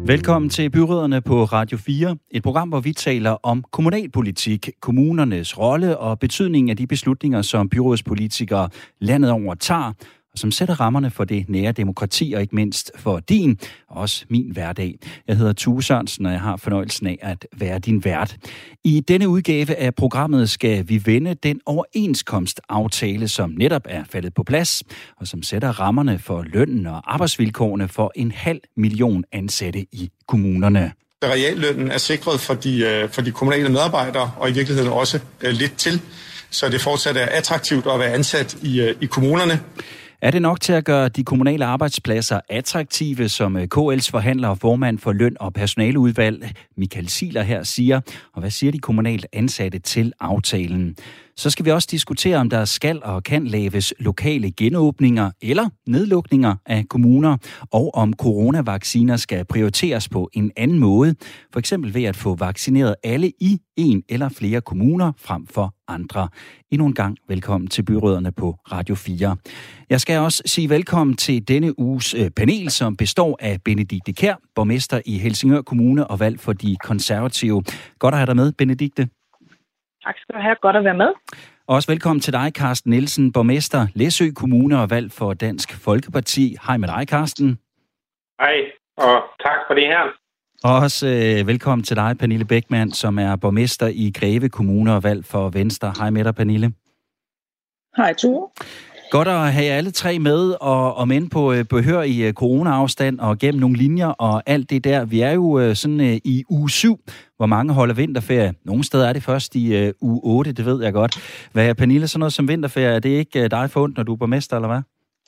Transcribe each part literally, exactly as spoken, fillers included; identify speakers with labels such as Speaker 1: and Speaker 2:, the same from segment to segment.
Speaker 1: Velkommen til Byrødderne på Radio fire, et program, hvor vi taler om kommunalpolitik, kommunernes rolle og betydningen af de beslutninger, som byrådspolitikere landet over tager, og som sætter rammerne for det nære demokrati, og ikke mindst for din, og også min hverdag. Jeg hedder Tue Sørensen, og jeg har fornøjelsen af at være din vært. I denne udgave af programmet skal vi vende den overenskomstaftale, som netop er faldet på plads, og som sætter rammerne for lønnen og arbejdsvilkårene for en halv million ansatte i kommunerne.
Speaker 2: Reallønnen er sikret for de, for de kommunale medarbejdere, og i virkeligheden også lidt til, så det fortsat er attraktivt at være ansat i, i kommunerne.
Speaker 1: Er det nok til at gøre de kommunale arbejdspladser attraktive, som K L's forhandler og formand for løn- og personaleudvalg, Michael Ziegler her siger? Og hvad siger de kommunalt ansatte til aftalen? Så skal vi også diskutere, om der skal og kan laves lokale genåbninger eller nedlukninger af kommuner, og om coronavacciner skal prioriteres på en anden måde, for eksempel ved at få vaccineret alle i en eller flere kommuner frem for andre. Endnu en gang velkommen til Byrødderne på Radio fire. Jeg skal også sige velkommen til denne uges panel, som består af Benedikte Kjær, borgmester i Helsingør Kommune og valgt for de konservative. Godt at have dig med, Benedikte.
Speaker 3: Tak skal du have. Godt at være med.
Speaker 1: Også velkommen til dig, Carsten Nielsen, borgmester, Læsø Kommune og valgt for Dansk Folkeparti. Hej med dig, Carsten.
Speaker 4: Hej, og tak for det her.
Speaker 1: Og også øh, velkommen til dig, Pernille Bækman, som er borgmester i Greve Kommune og valgt for Venstre. Hej med dig, Pernille.
Speaker 3: Hej, Tue.
Speaker 1: Godt at have alle tre med, og om end på behørig corona-afstand og gennem nogle linjer og alt det der. Vi er jo sådan uh, i uge syv, hvor mange holder vinterferie. Nogle steder er det først i uh, uge otte, det ved jeg godt. Hvad er, Pernille, sådan noget som vinterferie? Er det ikke uh, dig forundt, når du er borgmester, eller hvad?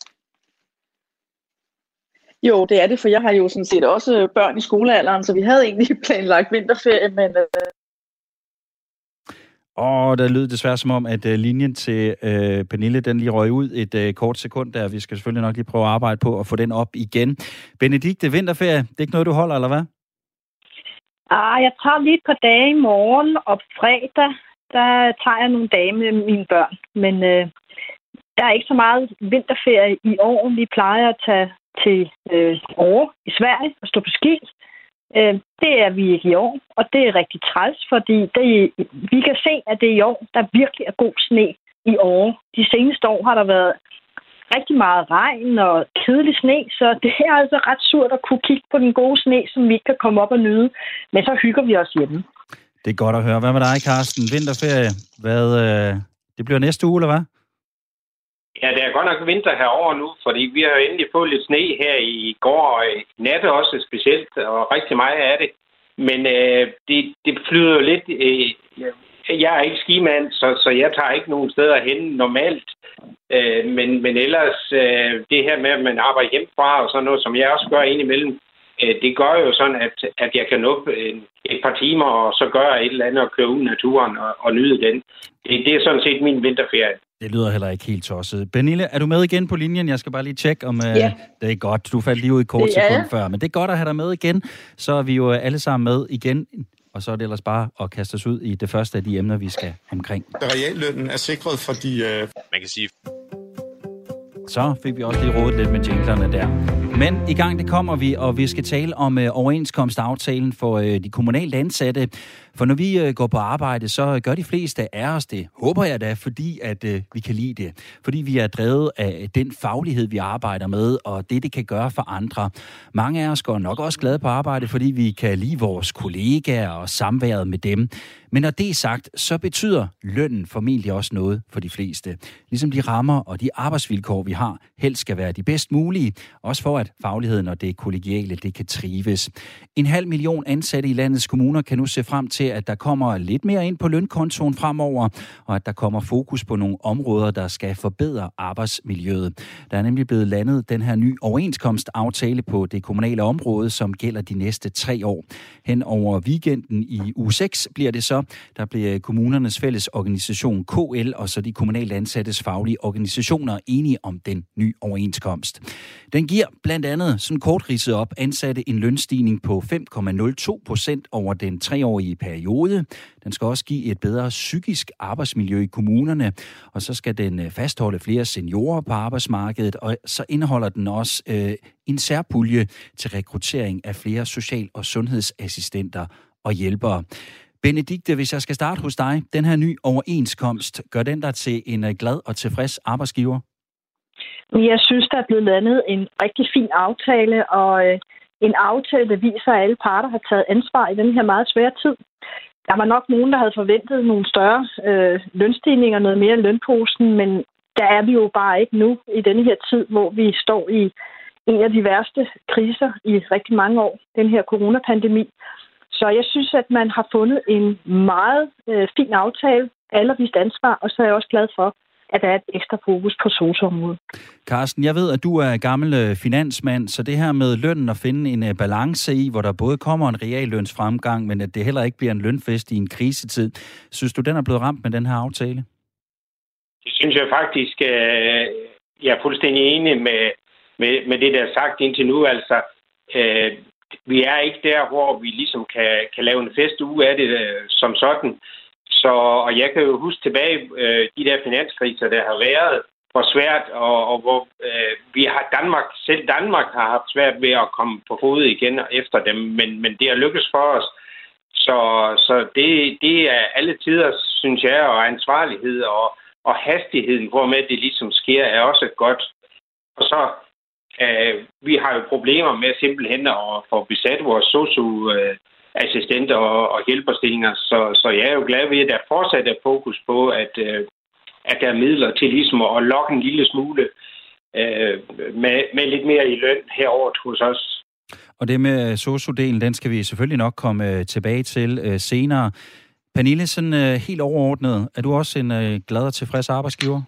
Speaker 3: Jo, det er det, for jeg har jo sådan set også børn i skolealderen, så vi havde egentlig planlagt vinterferie, men... Uh...
Speaker 1: Og der lød desværre som om, at uh, linjen til uh, Pernille, den lige røg ud et uh, kort sekund der. Vi skal selvfølgelig nok lige prøve at arbejde på at få den op igen. Benedikte, vinterferie, det er ikke noget, du holder, eller hvad?
Speaker 3: Ah, jeg tager lige et par dage i morgen, og fredag, der tager jeg nogle dage med mine børn. Men uh, der er ikke så meget vinterferie i år. Vi plejer at tage til uh, Åre i Sverige og stå på ski. Det er vi ikke i år, og det er rigtig træls, fordi det, vi kan se, at det i år, der virkelig er god sne i år. De seneste år har der været rigtig meget regn og kedelig sne, så det er altså ret surt at kunne kigge på den gode sne, som vi ikke kan komme op og nyde. Men så hygger vi os hjemme.
Speaker 1: Det er godt at høre. Hvad med dig, Carsten? Vinterferie, hvad, øh, det bliver næste uge, eller hvad?
Speaker 4: Ja, det er godt nok vinter herover nu, fordi vi har endelig fået lidt sne her i går, og i nat også specielt, og rigtig meget af det. Men øh, det, det flyder jo lidt. Øh, jeg er ikke skimand, så, så jeg tager ikke nogen steder hen normalt. Øh, men, men ellers, øh, det her med, at man arbejder hjemmefra og sådan noget, som jeg også gør indimellem, øh, det gør jo sådan, at, at jeg kan nå et, et par timer, og så gør jeg et eller andet og køre ud i naturen og, og nyde den. Det, det er sådan set min vinterferie.
Speaker 1: Det lyder heller ikke helt tosset. Pernille, er du med igen på linjen? Jeg skal bare lige tjekke, om
Speaker 3: ja.
Speaker 1: uh, det er godt. Du faldt lige ud i kort sekund før, men det er godt at have dig med igen. Så er vi jo alle sammen med igen, og så er det ellers bare at kaste os ud i det første af de emner, vi skal omkring.
Speaker 2: Reallønnen er sikret for de... Uh...
Speaker 5: Man kan sige...
Speaker 1: Så fik vi også lige rodet lidt med jinglerne der. Men i gang det kommer vi, og vi skal tale om øh, overenskomstaftalen for øh, de kommunalt ansatte. For når vi øh, går på arbejde, så gør de fleste af os det, håber jeg da, fordi at øh, vi kan lide det. Fordi vi er drevet af den faglighed, vi arbejder med, og det, det kan gøre for andre. Mange af os går nok også glade på arbejde, fordi vi kan lide vores kollegaer og samværet med dem. Men når det er sagt, så betyder lønnen formentlig også noget for de fleste. Ligesom de rammer og de arbejdsvilkår, vi har, helst skal være de bedst mulige. Også for at fagligheden og det kollegiale, det kan trives. En halv million ansatte i landets kommuner kan nu se frem til, at der kommer lidt mere ind på lønkontoen fremover, og at der kommer fokus på nogle områder, der skal forbedre arbejdsmiljøet. Der er nemlig blevet landet den her nye overenskomstaftale på det kommunale område, som gælder de næste tre år. Hen over weekenden i uge seks bliver det så, der bliver kommunernes fælles organisation K L og så de kommunalt ansattes faglige organisationer enige om den nye overenskomst. Den giver blandt blandt andet, sådan kort ridset op, ansatte en lønstigning på fem komma nul to procent over den treårige periode. Den skal også give et bedre psykisk arbejdsmiljø i kommunerne, og så skal den fastholde flere seniorer på arbejdsmarkedet, og så indeholder den også øh, en særpulje til rekruttering af flere social- og sundhedsassistenter og hjælpere. Benedikte, hvis jeg skal starte hos dig, den her nye overenskomst, gør den dig til en glad og tilfreds arbejdsgiver?
Speaker 3: Jeg synes, der er blevet landet en rigtig fin aftale, og øh, en aftale, der viser, at alle parter har taget ansvar i den her meget svære tid. Der var nok nogen, der havde forventet nogle større øh, lønstigninger, noget mere lønposen, men der er vi jo bare ikke nu i denne her tid, hvor vi står i en af de værste kriser i rigtig mange år, den her coronapandemi. Så jeg synes, at man har fundet en meget øh, fin aftale. Alle har vist ansvar, og så er jeg også glad for, at der er et ekstra fokus på sosu-området.
Speaker 1: Carsten, jeg ved, at du er gammel finansmand, så det her med lønnen at finde en balance i, hvor der både kommer en reallønsfremgang, men at det heller ikke bliver en lønfest i en krisetid. Synes du, den er blevet ramt med den her aftale?
Speaker 4: Det synes jeg faktisk, jeg er fuldstændig enig med, med, med det, der er sagt indtil nu. Altså, øh, vi er ikke der, hvor vi ligesom kan, kan lave en fest ud af det øh, som sådan. Så, og jeg kan jo huske tilbage øh, de der finanskriser, der har været for svært, og, og hvor øh, vi har Danmark, selv Danmark har haft svært ved at komme på fod igen efter dem, men, men det har lykkes for os. Så, så det, det er alle tider, synes jeg, og ansvarlighed og, og hastigheden, hvormed det ligesom sker, er også godt. Og så øh, vi har jo problemer med simpelthen at få besat vores sosu øh, assistenter og, og hjælperstillinger, så, så jeg er jo glad ved, at der fortsat er fokus på, at, øh, at der er midler til ligesom at lokke en lille smule øh, med, med lidt mere i løn herovre hos os.
Speaker 1: Og det med sosu-delen, den skal vi selvfølgelig nok komme tilbage til øh, senere. Pernille, sådan øh, helt overordnet, er du også en øh, glad og tilfreds arbejdsgiver?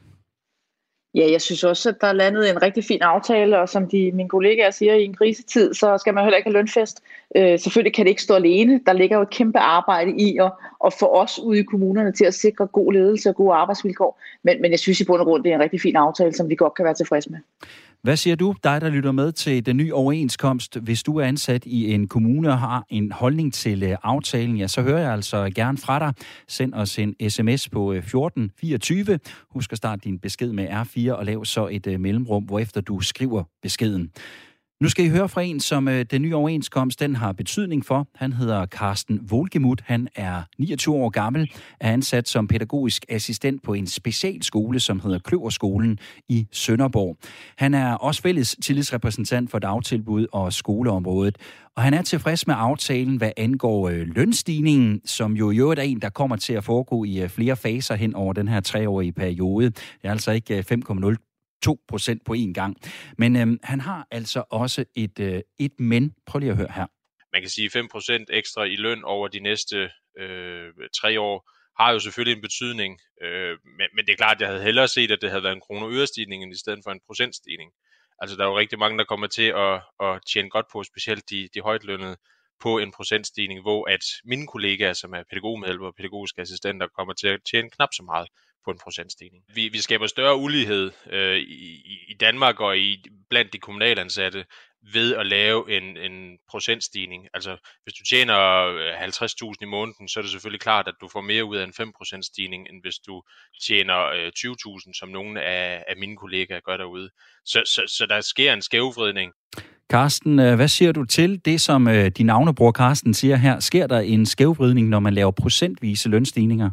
Speaker 5: Ja, jeg synes også, at der er landet en rigtig fin aftale, og som de, mine kollegaer siger, i en krisetid, så skal man heller ikke have lønfest. Øh, selvfølgelig kan det ikke stå alene. Der ligger jo et kæmpe arbejde i at, at få os ude i kommunerne til at sikre god ledelse og gode arbejdsvilkår. Men, men jeg synes i bund og grund, det er en rigtig fin aftale, som vi godt kan være tilfredse med.
Speaker 1: Hvad siger du, dig der lytter med til den nye overenskomst? Hvis du er ansat i en kommune og har en holdning til aftalen, ja, så hører jeg altså gerne fra dig. Send os en sms på fjorten fireogtyve. Husk at starte din besked med R fire og lav så et mellemrum, hvorefter du skriver beskeden. Nu skal I høre fra en, som den nye overenskomst den har betydning for. Han hedder Carsten Volgemut. Han er niogtyve år gammel, er ansat som pædagogisk assistent på en specialskole, som hedder Kløverskolen i Sønderborg. Han er også fælles tillidsrepræsentant for dagtilbud og skoleområdet. Og han er tilfreds med aftalen, hvad angår øh, lønstigningen, som jo i øvrigt er en, der kommer til at foregå i øh, flere faser hen over den her treårige periode. Det er altså ikke øh, fem komma nul to procent på én gang. Men øhm, han har altså også et, øh, et men. Prøv lige at høre her.
Speaker 6: Man kan sige fem procent ekstra i løn over de næste øh, tre år har jo selvfølgelig en betydning. Øh, men, men det er klart, at jeg havde hellere set, at det havde været en kroner ørestigning i stedet for en procentstigning. Altså der er jo rigtig mange, der kommer til at, at tjene godt på, specielt de, de højtlønnede, på en procentstigning, hvor at mine kollegaer, som er pædagogmedhjælpere og pædagogiske assistenter, kommer til at tjene knap så meget på en procentstigning. Vi, vi skaber større ulighed øh, i, i Danmark og i, blandt de kommunalansatte ved at lave en, en procentstigning. Altså, hvis du tjener halvtreds tusind i måneden, så er det selvfølgelig klart, at du får mere ud af en fem procent stigning, end hvis du tjener øh, tyve tusind, som nogle af, af mine kollegaer gør derude. Så, så, så der sker en skævvridning.
Speaker 1: Carsten, hvad siger du til det, som din navnebror Carsten siger her? Sker der en skævvridning, når man laver procentvise lønstigninger?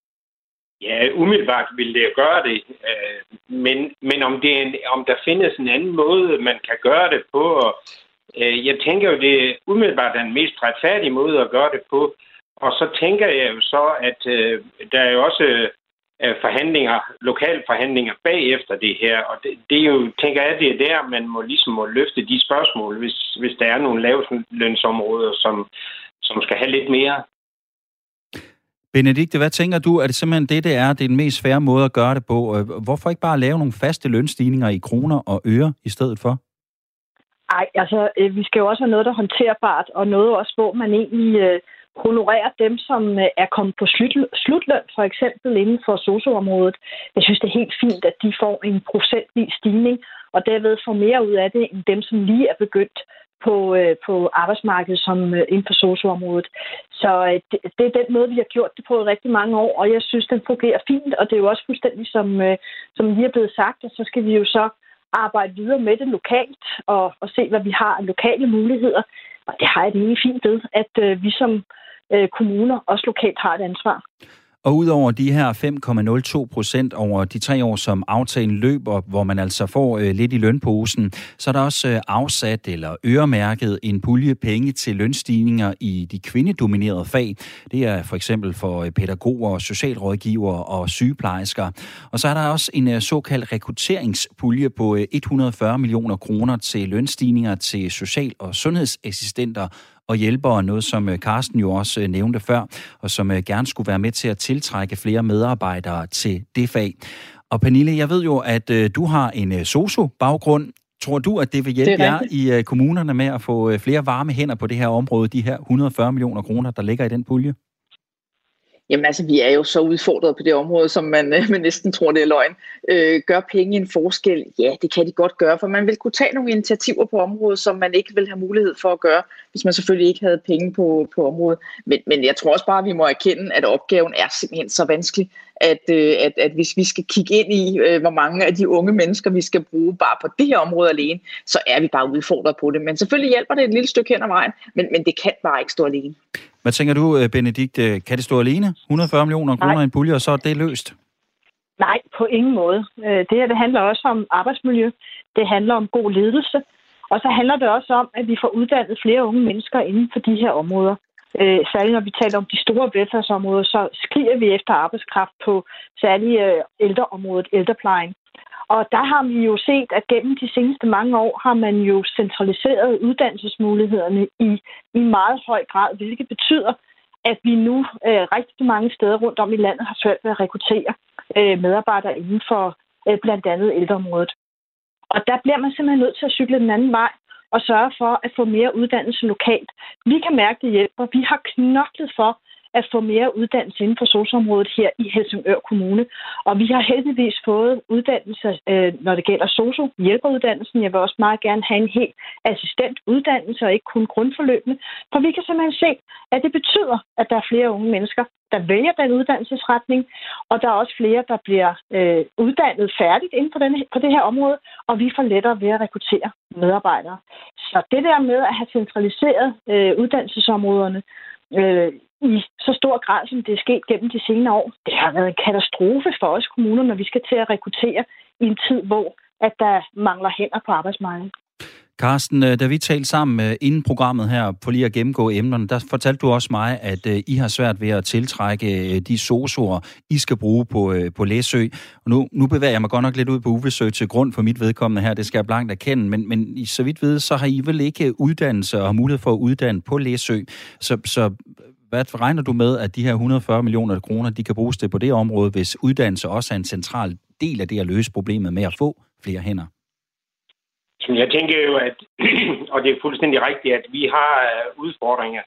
Speaker 4: Ja, umiddelbart vil det gøre det, men, men om, det en, om der findes en anden måde, man kan gøre det på, og, jeg tænker jo, det umiddelbart er den mest retfærdige måde at gøre det på, og så tænker jeg jo så, at der er jo også forhandlinger, lokale forhandlinger bagefter det her, og det, det er jo, tænker jeg, det er der, man må ligesom må løfte de spørgsmål, hvis, hvis der er nogle lavtlønsområder, som, som skal have lidt mere.
Speaker 1: Benedikte, hvad tænker du? Er det simpelthen det, det er? Det er den mest fair måde at gøre det på. Hvorfor ikke bare lave nogle faste lønstigninger i kroner og øre i stedet for?
Speaker 3: Ej, altså, vi skal jo også have noget, der er håndterbart, og noget også, hvor man egentlig øh, honorerer dem, som øh, er kommet på slut, slutløn, for eksempel inden for sosu-området. Jeg synes, det er helt fint, at de får en procentvis stigning, og derved få mere ud af det, end dem, som lige er begyndt på, øh, på arbejdsmarkedet som øh, inden for sosu-området. Så øh, det, det er den måde, vi har gjort det på i rigtig mange år, og jeg synes, den fungerer fint, og det er jo også fuldstændig, som, øh, som lige er blevet sagt, og så skal vi jo så arbejde videre med det lokalt, og, og se, hvad vi har af lokale muligheder. Og det har jeg det egentlig fint ved, at øh, vi som øh, kommuner også lokalt har et ansvar.
Speaker 1: Og udover de her fem komma nul to procent over de tre år, som aftalen løber, hvor man altså får øh, lidt i lønposen, så er der også øh, afsat eller øremærket en pulje penge til lønstigninger i de kvindedominerede fag. Det er for eksempel for øh, pædagoger, socialrådgivere og sygeplejersker. Og så er der også en øh, såkaldt rekrutteringspulje på øh, et hundrede og fyrre millioner kroner til lønstigninger til social- og sundhedsassistenter og hjælpere, noget som Carsten jo også nævnte før, og som gerne skulle være med til at tiltrække flere medarbejdere til det fag. Og Pernille, jeg ved jo, at du har en sosu-baggrund. Tror du, at det vil hjælpe jer i kommunerne med at få flere varme hænder på det her område, de her et hundrede og fyrre millioner kroner, der ligger i den pulje?
Speaker 5: Jamen altså, vi er jo så udfordret på det område, som man, man næsten tror, det er løgn. Øh, gør penge en forskel? Ja, det kan de godt gøre, for man vil kunne tage nogle initiativer på området, som man ikke vil have mulighed for at gøre, hvis man selvfølgelig ikke havde penge på, på området. Men, men jeg tror også bare, at vi må erkende, at opgaven er simpelthen så vanskelig, at, øh, at, at hvis vi skal kigge ind i, øh, hvor mange af de unge mennesker, vi skal bruge bare på det her område alene, så er vi bare udfordret på det. Men selvfølgelig hjælper det et lille stykke hen ad vejen, men, men det kan bare ikke stå alene.
Speaker 1: Hvad tænker du, Benedikte? Kan det stå alene? et hundrede og fyrre millioner kroner i en pulje, og så er det løst?
Speaker 3: Nej, på ingen måde. Det her det handler også om arbejdsmiljø. Det handler om god ledelse. Og så handler det også om, at vi får uddannet flere unge mennesker inden for de her områder. Særligt når vi taler om de store velfærdsområder, så skriger vi efter arbejdskraft på særligt ældreområdet, ældreplejen. Og der har vi jo set, at gennem de seneste mange år har man jo centraliseret uddannelsesmulighederne i, i meget høj grad, hvilket betyder, at vi nu øh, rigtig mange steder rundt om i landet har svært ved at rekruttere øh, medarbejdere inden for øh, blandt andet ældreområdet. Og der bliver man simpelthen nødt til at cykle den anden vej og sørge for at få mere uddannelse lokalt. Vi kan mærke, det hjælper. Vi har knoklet for at få mere uddannelse inden for sosu-området her i Helsingør Kommune. Og vi har heldigvis fået uddannelse, øh, når det gælder sosu-hjælperuddannelsen. Jeg vil også meget gerne have en helt assistentuddannelse og ikke kun grundforløbende. For vi kan simpelthen se, at det betyder, at der er flere unge mennesker, der vælger den uddannelsesretning, og der er også flere, der bliver øh, uddannet færdigt inden for, denne, på det her område, og vi får lettere ved at rekruttere medarbejdere. Så det der med at have centraliseret øh, uddannelsesområderne øh, i så stor grad, som det er sket gennem de senere år, det har været en katastrofe for os kommuner, når vi skal til at rekruttere i en tid, hvor at der mangler hænder på arbejdsmarkedet.
Speaker 1: Carsten, da vi talte sammen inden programmet her, for lige at gennemgå emnerne, der fortalte du også mig, at I har svært ved at tiltrække de sosuer, I skal bruge på, på Læsø. Og nu, nu bevæger jeg mig godt nok lidt ud på Uvesø til grund for mit vedkommende her, det skal jeg blankt erkende, men, men så vidt ved, så har I vel ikke uddannelse og har mulighed for at uddanne på Læsø. Så, så hvad regner du med, at de her et hundrede og fyrre millioner kroner, de kan bruges til på det område, hvis uddannelse også er en central del af det at løse problemet med at få flere hænder?
Speaker 4: Jeg tænker jo, at, og det er fuldstændig rigtigt, at vi har udfordringer.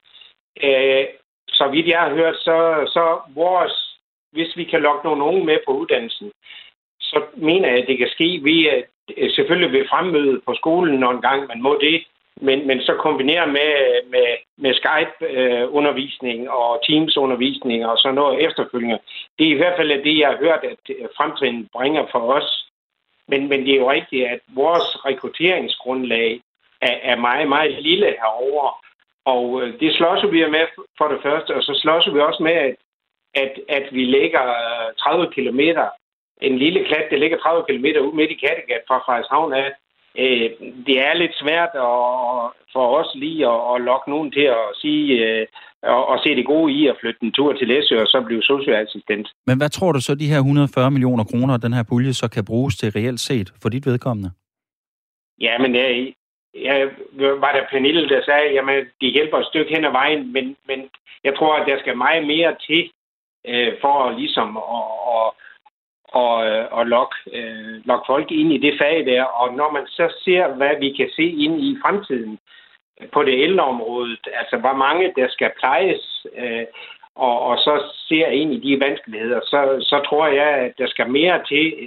Speaker 4: Så vidt jeg har hørt, så, så vores, hvis vi kan lokke nogle unge med på uddannelsen, så mener jeg, at det kan ske ved at selvfølgelig ved fremmøde på skolen, når en gang man må det, men, men så kombinere med, med, med Skype-undervisning og Teams-undervisning og sådan noget efterfølgende. Det er i hvert fald det, jeg har hørt, at fremtiden bringer for os. Men, men det er jo rigtigt, at vores rekrutteringsgrundlag er, er meget, meget lille herover, og det slås vi med for det første, og så slås vi også med, at, at, at vi ligger tredive kilometer, en lille klat, der ligger tredive kilometer ud midt i Kattegat fra Frederikshavn af. Det er lidt svært at, for os lige at, at lokke nogen til at sige og, og se det gode i at flytte en tur til Læsø og så blive socialassistent.
Speaker 1: Men hvad tror du så, de her et hundrede og fyrre millioner kroner, den her pulje, så kan bruges til reelt set for dit vedkommende?
Speaker 4: Ja, men jeg, jeg var der Pernille, der sagde, at de hjælper et stykke hen ad vejen, men, men jeg tror, at der skal meget mere til øh, for ligesom at, at, og, og lokke, øh, lokke folk ind i det fag der. Og når man så ser, hvad vi kan se ind i fremtiden på det ældreområde, altså hvor mange der skal plejes, øh, og, og så ser ind i de vanskeligheder, så, så tror jeg, at der skal mere til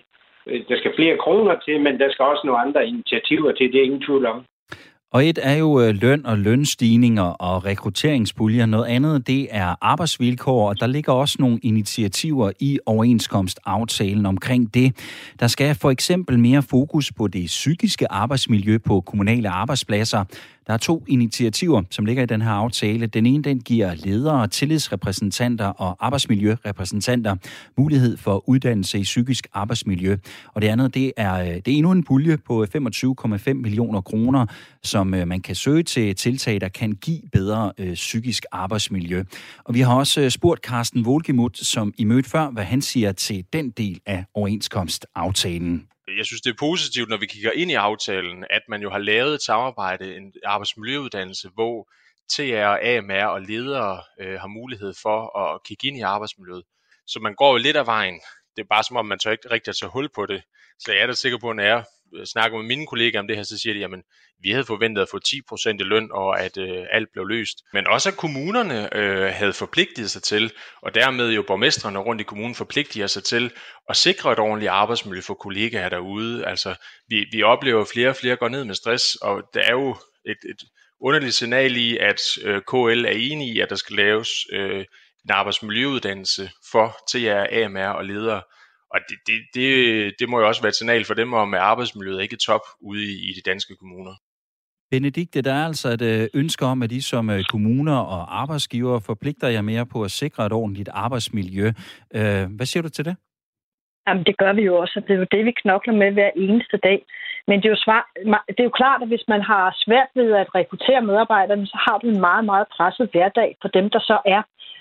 Speaker 4: der skal flere kroner til, men der skal også nogle andre initiativer til, det er ingen tvivl om.
Speaker 1: Og et er jo løn og lønstigninger og rekrutteringspuljer. Noget andet, det er arbejdsvilkår, og der ligger også nogle initiativer i overenskomstaftalen omkring det. Der skal for eksempel mere fokus på det psykiske arbejdsmiljø på kommunale arbejdspladser. Der er to initiativer, som ligger i den her aftale. Den ene, den giver ledere, tillidsrepræsentanter og arbejdsmiljørepræsentanter mulighed for uddannelse i psykisk arbejdsmiljø. Og det andet, det er, det er endnu en pulje på femogtyve komma fem millioner kroner, som man kan søge til tiltag, der kan give bedre øh, psykisk arbejdsmiljø. Og vi har også spurgt Carsten Wohlgemuth, som I mødte før, hvad han siger til den del af overenskomstaftalen.
Speaker 6: Jeg synes, det er positivt, når vi kigger ind i aftalen, at man jo har lavet et samarbejde, en arbejdsmiljøuddannelse, hvor T R, A M R og ledere øh, har mulighed for at kigge ind i arbejdsmiljøet. Så man går jo lidt af vejen. Det er bare som om, man tør ikke rigtig at tage hul på det. Så jeg er da sikker på, når jeg snakker med mine kollegaer om det her, så siger de, jamen, vi havde forventet at få ti procent i løn, og at øh, alt blev løst. Men også at kommunerne øh, havde forpligtet sig til, og dermed jo borgmestrene rundt i kommunen forpligtiger sig til at sikre et ordentligt arbejdsmiljø for kollegaer derude. Altså, vi, vi oplever, at flere og flere går ned med stress, og der er jo et, et underligt signal i, at øh, K L er enige i, at der skal laves øh, en arbejdsmiljøuddannelse for T R, A M R og ledere. Og det, det, det, det må jo også være et signal for dem om, at arbejdsmiljøet ikke er top ude i, i de danske kommuner.
Speaker 1: Benedikte, der er altså et ønske om, at I som kommuner og arbejdsgivere forpligter jer mere på at sikre et ordentligt arbejdsmiljø. Hvad siger du til det?
Speaker 3: Jamen, det gør vi jo også, og det er jo det, vi knokler med hver eneste dag. Men det er, jo svar, det er jo klart, at hvis man har svært ved at rekruttere medarbejderne, så har du en meget, meget presset hverdag for dem, der så er.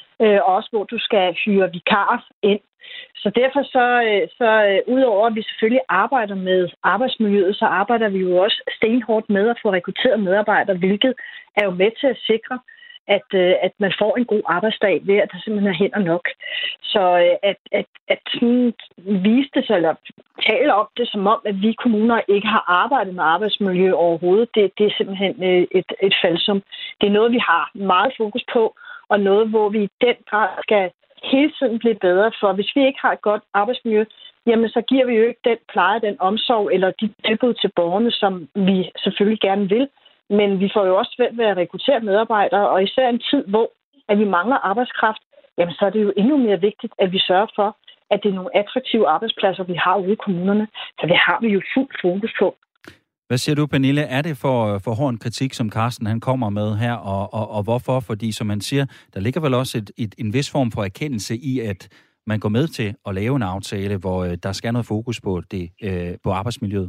Speaker 3: Og også hvor du skal hyre vikarer ind. Så derfor så, så udover at vi selvfølgelig arbejder med arbejdsmiljøet, så arbejder vi jo også stenhårdt med at få rekrutteret medarbejdere, hvilket er jo med til at sikre, at, at man får en god arbejdsdag ved, at der simpelthen er hænder nok. Så at, at, at sådan vise det sig, eller tale om det som om, at vi kommuner ikke har arbejdet med arbejdsmiljø overhovedet, det, det er simpelthen et, et falsum. Det er noget, vi har meget fokus på, og noget, hvor vi i den grad skal hele tiden blive bedre, for hvis vi ikke har et godt arbejdsmiljø, jamen så giver vi jo ikke den pleje, den omsorg eller de tilbud til borgerne, som vi selvfølgelig gerne vil. Men vi får jo også svært ved at rekruttere medarbejdere, og især en tid, hvor at vi mangler arbejdskraft, jamen så er det jo endnu mere vigtigt, at vi sørger for, at det er nogle attraktive arbejdspladser, vi har ude i kommunerne. Så det har vi jo fuld fokus på.
Speaker 1: Hvad siger du, Pernille? Er det for, for hård en kritik, som Carsten han kommer med her, og, og, og hvorfor? Fordi, som man siger, der ligger vel også et, et, en vis form for erkendelse i, at man går med til at lave en aftale, hvor øh, der skal noget fokus på, det, øh, på arbejdsmiljøet.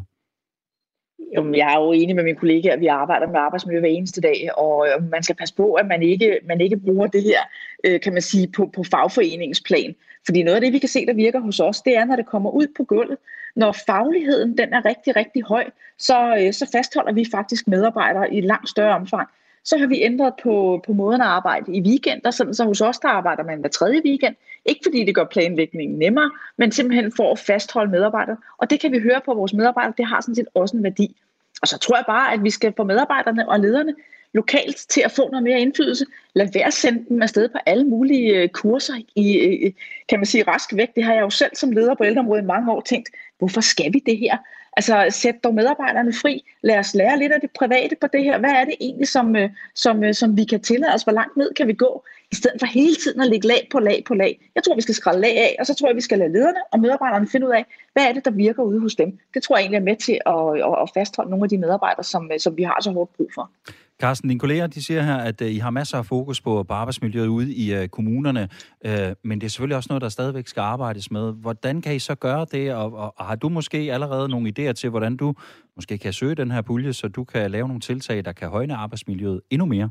Speaker 5: Jamen, jeg er jo enig med mine kollegaer, at vi arbejder med arbejdsmiljø hver eneste dag, og man skal passe på, at man ikke, man ikke bruger det her, øh, kan man sige, på, på fagforeningsplan. Fordi noget af det, vi kan se, der virker hos os, det er, når det kommer ud på gulvet. Når fagligheden den er rigtig, rigtig høj, så, øh, så fastholder vi faktisk medarbejdere i et langt større omfang. Så har vi ændret på, på måden at arbejde i weekender, sådan så hos os, der arbejder man hver tredje weekend. Ikke fordi det gør planlægningen nemmere, men simpelthen for at fastholde medarbejdere. Og det kan vi høre på vores medarbejdere, det har sådan set også en værdi. Og så tror jeg bare, at vi skal få medarbejderne og lederne lokalt til at få noget mere indflydelse. Lad være at sende dem afsted på alle mulige kurser i, kan man sige, rask væk. Det har jeg jo selv som leder på ældreområdet i mange år tænkt, hvorfor skal vi det her? Altså, sæt dog medarbejderne fri. Lad os lære lidt af det private på det her. Hvad er det egentlig, som, som, som vi kan tillade os? Hvor langt ned kan vi gå? I stedet for hele tiden at lægge lag på lag på lag. Jeg tror, vi skal skrælle lag af, og så tror jeg, vi skal lade lederne og medarbejderne finde ud af, hvad er det, der virker ude hos dem. Det tror jeg egentlig er med til at, at fastholde nogle af de medarbejdere, som, som vi har så hårdt brug for.
Speaker 1: Carsten, dine kolleger, de siger her, at uh, I har masser af fokus på, på arbejdsmiljøet ude i uh, kommunerne, uh, men det er selvfølgelig også noget, der stadigvæk skal arbejdes med. Hvordan kan I så gøre det, og, og, og har du måske allerede nogle idéer til, hvordan du måske kan søge den her pulje, så du kan lave nogle tiltag, der kan højne arbejdsmiljøet endnu mere?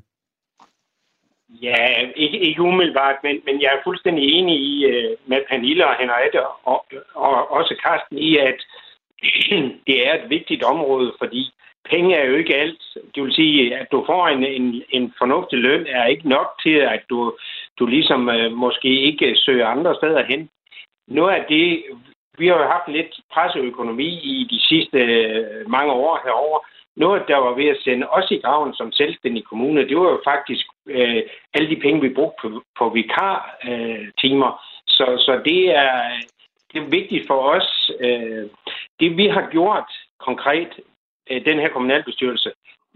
Speaker 4: Ja, ikke, ikke umiddelbart, men, men jeg er fuldstændig enig i uh, med Pernille og Henriette og, og også Carsten i, at det er et vigtigt område, fordi penge er jo ikke alt. Det vil sige, at du får en, en, en fornuftig løn, er ikke nok til, at du, du ligesom øh, måske ikke søger andre steder hen. Noget af det, vi har jo haft lidt presseøkonomi i de sidste øh, mange år herover. Noget, der var ved at sende os i graven som selvstændig kommune, det var jo faktisk øh, alle de penge, vi brugte på, på vikar-timer. Øh, så, så det er... Det er vigtigt for os, øh, det vi har gjort konkret, den her kommunalbestyrelse,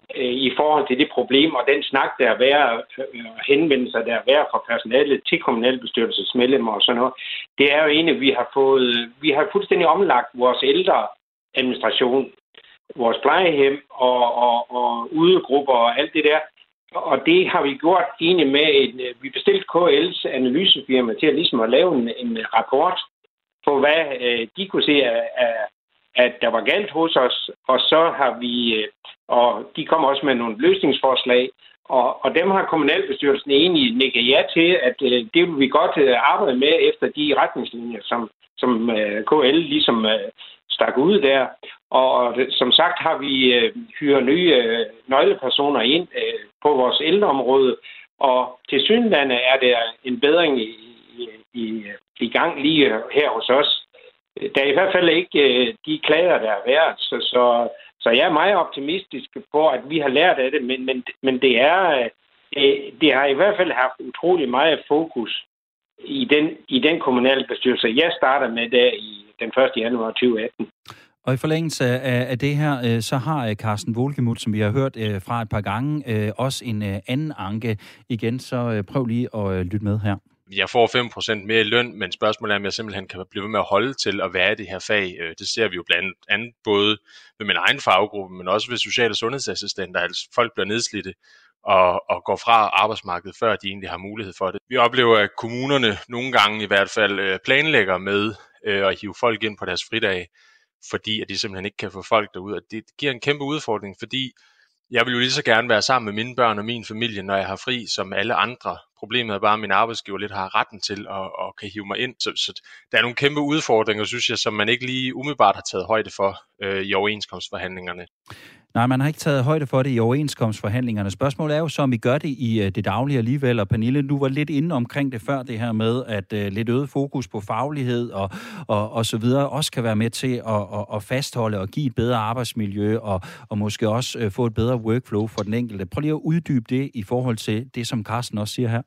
Speaker 4: i forhold til det problem og den snak, der er værd, henvendelser, der er værd fra personalet til kommunalbestyrelsesmedlemmer og sådan noget, det er jo egentlig, at vi har fået, vi har fuldstændig omlagt vores ældre administration, vores plejehjem og, og, og udegrupper og alt det der. Og det har vi gjort egentlig med, en, vi bestilte K L's analysefirma til at ligesom at lave en, en rapport på, hvad øh, de kunne se, af, at der var galt hos os. Og så har vi, og de kommer også med nogle løsningsforslag, og, og dem har kommunalbestyrelsen egentlig nikket ja til, at øh, det vil vi godt øh, arbejde med efter de retningslinjer, som, som øh, K L ligesom øh, stak ud der. Og, og som sagt har vi øh, hyret nye øh, nøglepersoner ind øh, på vores ældreområde, og til synligheden er der en bedring i, i, i, i gang lige her hos os. Der er i hvert fald ikke øh, de klager, der er værd, så, så, så jeg er meget optimistisk på, at vi har lært af det, men, men, men det, er, øh, det har i hvert fald haft utrolig meget fokus i den, i den kommunale bestyrelse, jeg starter med der i den første januar tyve atten. Og
Speaker 1: i forlængelse af, af det her, så har Carsten Wohlgemuth, som vi har hørt fra et par gange, også en anden anke igen, så prøv lige at lytte med her.
Speaker 6: Jeg får fem procent mere i løn, men spørgsmålet er, om jeg simpelthen kan blive ved med at holde til at være i det her fag. Det ser vi jo blandt andet både med min egen faggruppe, men også ved social- og sundhedsassistenter. Altså folk bliver nedslidte og, og går fra arbejdsmarkedet, før de egentlig har mulighed for det. Vi oplever, at kommunerne nogle gange i hvert fald planlægger med at hive folk ind på deres fridag, fordi at de simpelthen ikke kan få folk derud. Og det giver en kæmpe udfordring, fordi jeg vil jo lige så gerne være sammen med mine børn og min familie, når jeg har fri, som alle andre. Problemet er bare, at min arbejdsgiver lidt har retten til at, at kan hive mig ind. Så, så der er nogle kæmpe udfordringer, synes jeg, som man ikke lige umiddelbart har taget højde for øh, i overenskomstforhandlingerne.
Speaker 1: Nej, man har ikke taget højde for det i overenskomstforhandlingerne. Spørgsmålet er jo så, om I gør det i uh, det daglige alligevel. Og Pernille, du var lidt inde omkring det før, det her med, at uh, lidt øget fokus på faglighed og, og, og så videre også kan være med til at, at, at fastholde og give et bedre arbejdsmiljø og, og måske også uh, få et bedre workflow for den enkelte. Prøv lige at uddybe det i forhold til det, som Carsten også siger her.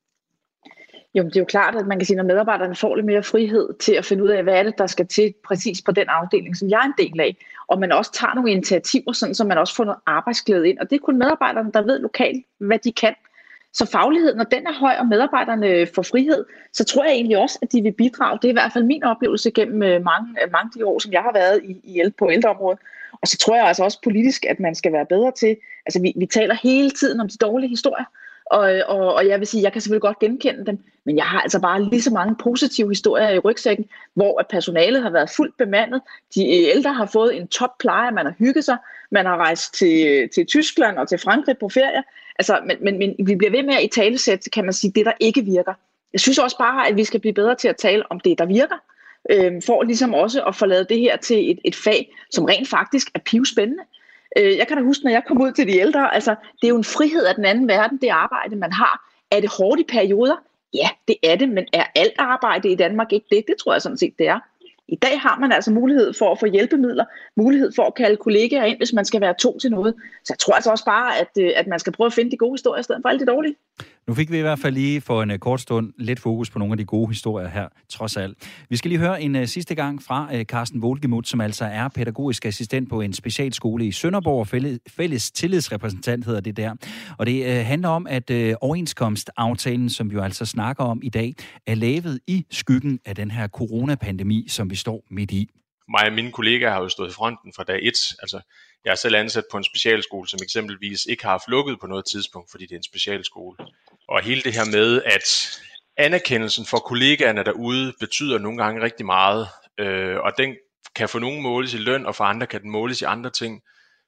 Speaker 5: Jo, det er jo klart, at man kan sige, at når medarbejderne får lidt mere frihed til at finde ud af, hvad er det, der skal til præcis på den afdeling, som jeg er en del af, og man også tager nogle initiativer, sådan, så man også får noget arbejdsglæde ind. Og det er kun medarbejderne, der ved lokalt, hvad de kan. Så fagligheden, når den er høj, og medarbejderne får frihed, så tror jeg egentlig også, at de vil bidrage. Det er i hvert fald min oplevelse gennem mange, mange de år, som jeg har været i, i på ældreområdet. Og så tror jeg altså også politisk, at man skal være bedre til. Altså, vi, vi taler hele tiden om de dårlige historier. Og, og, og jeg vil sige, jeg kan selvfølgelig godt genkende dem, men jeg har altså bare lige så mange positive historier i rygsækken, hvor personalet har været fuldt bemandet, de ældre har fået en toppleje, man har hygget sig, man har rejst til, til Tyskland og til Frankrig på ferie. Altså, men, men, men vi bliver ved med at i talesæt, kan man sige, det der ikke virker. Jeg synes også bare, at vi skal blive bedre til at tale om det, der virker, øh, for ligesom også at få lavet det her til et, et fag, som rent faktisk er pivspændende. Jeg kan da huske, når jeg kom ud til de ældre, altså det er jo en frihed af den anden verden, det arbejde, man har. Er det hårdt i perioder? Ja, det er det, men er alt arbejde i Danmark ikke det? Det tror jeg sådan set, det er. I dag har man altså mulighed for at få hjælpemidler, mulighed for at kalde kollegaer ind, hvis man skal være to til noget. Så jeg tror altså også bare, at, at man skal prøve at finde de gode historier i stedet for alt det dårlige.
Speaker 1: Nu fik vi i hvert fald lige for en kort stund lidt fokus på nogle af de gode historier her, trods alt. Vi skal lige høre en uh, sidste gang fra uh, Carsten Wohlgemuth, som altså er pædagogisk assistent på en specialskole i Sønderborg. Fælles, fælles tillidsrepræsentant hedder det der. Og det uh, handler om, at uh, overenskomstaftalen, som vi jo altså snakker om i dag, er lavet i skyggen af den her coronapandemi, som vi står midt i.
Speaker 6: Mig og mine kollegaer har jo stået i fronten fra dag et. Altså, jeg er selv ansat på en specialskole, som eksempelvis ikke har haft lukket på noget tidspunkt, fordi det er en specialskole. Og hele det her med, at anerkendelsen for kollegaerne derude betyder nogle gange rigtig meget, øh, og den kan for nogen måles i løn, og for andre kan den måles i andre ting.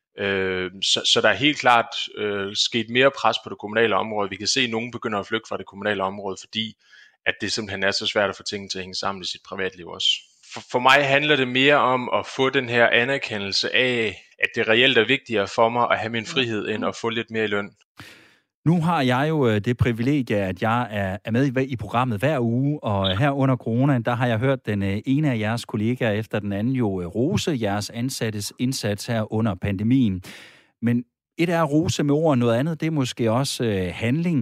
Speaker 6: Øh, så, så der er helt klart øh, sket mere pres på det kommunale område. Vi kan se, at nogen begynder at flygte fra det kommunale område, fordi at det simpelthen er så svært at få tingene til at hænge sammen i sit privatliv også. For, for mig handler det mere om at få den her anerkendelse af, at det reelt er vigtigere for mig at have min frihed end at få lidt mere i løn.
Speaker 1: Nu har jeg jo det privilegie, at jeg er med i programmet hver uge, og her under coronaen, der har jeg hørt den ene af jeres kollegaer efter den anden jo rose jeres ansattes indsats her under pandemien. Men et er at rose med ord, noget andet, det er måske også handling.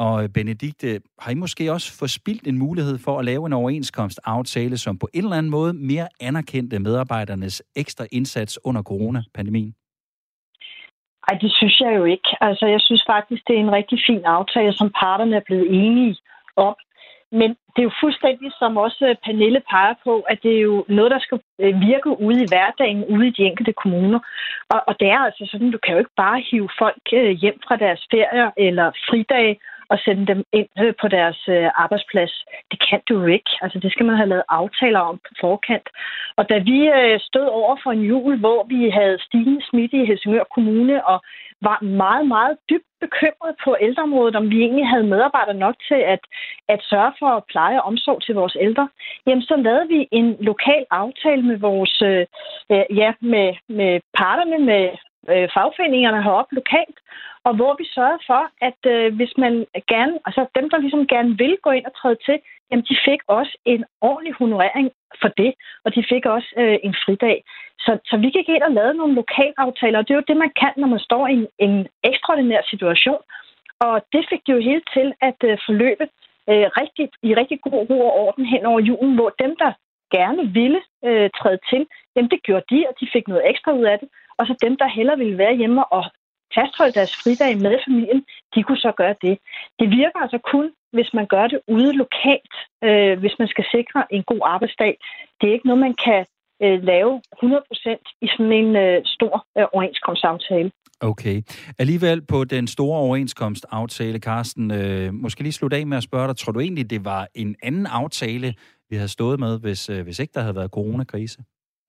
Speaker 1: Og Benedikte, har I måske også forspildt en mulighed for at lave en overenskomstaftale, som på en eller anden måde mere anerkendte medarbejdernes ekstra indsats under coronapandemien?
Speaker 3: Ej, det synes jeg jo ikke. Altså, jeg synes faktisk, det er en rigtig fin aftale, som parterne er blevet enige om. Men det er jo fuldstændig, som også Pernille peger på, at det er jo noget, der skal virke ude i hverdagen, ude i de enkelte kommuner. Og, og det er altså sådan, du kan jo ikke bare hive folk hjem fra deres ferier eller fridage og sende dem ind på deres arbejdsplads. Det kan du jo ikke. Altså, det skal man have lavet aftaler om på forkant. Og da vi stod over for en jul, hvor vi havde stigende smitte i Helsingør Kommune og var meget, meget dybt bekymret på ældreområdet, om vi egentlig havde medarbejdere nok til at, at sørge for at pleje og omsorg til vores ældre, jamen så lavede vi en lokal aftale med vores, øh, ja, med, med parterne, med øh, fagforeningerne heroppe lokalt, og hvor vi sørgede for, at øh, hvis man gerne, altså dem, der ligesom gerne vil gå ind og træde til, jamen de fik også en ordentlig honorering for det, og de fik også øh, en fridag. Så, så vi gik ind og lavede nogle lokalaftaler, og det er jo det, man kan, når man står i en, en ekstraordinær situation. Og det fik det jo hele til at øh, forløbe øh, rigtig, i rigtig god ro og orden hen over julen, hvor dem, der gerne ville øh, træde til, jamen det gjorde de, og de fik noget ekstra ud af det. Og så dem, der hellere ville være hjemme og fastholde deres fridag med familien, de kunne så gøre det. Det virker altså kun, hvis man gør det ude lokalt, øh, hvis man skal sikre en god arbejdsdag. Det er ikke noget, man kan øh, lave hundrede procent i sådan en øh, stor øh, overenskomstaftale.
Speaker 1: Okay. Alligevel på den store overenskomstaftale, Carsten, øh, måske lige slutte af med at spørge dig, tror du egentlig, det var en anden aftale, vi havde stået med, hvis, øh, hvis ikke der havde været coronakrise?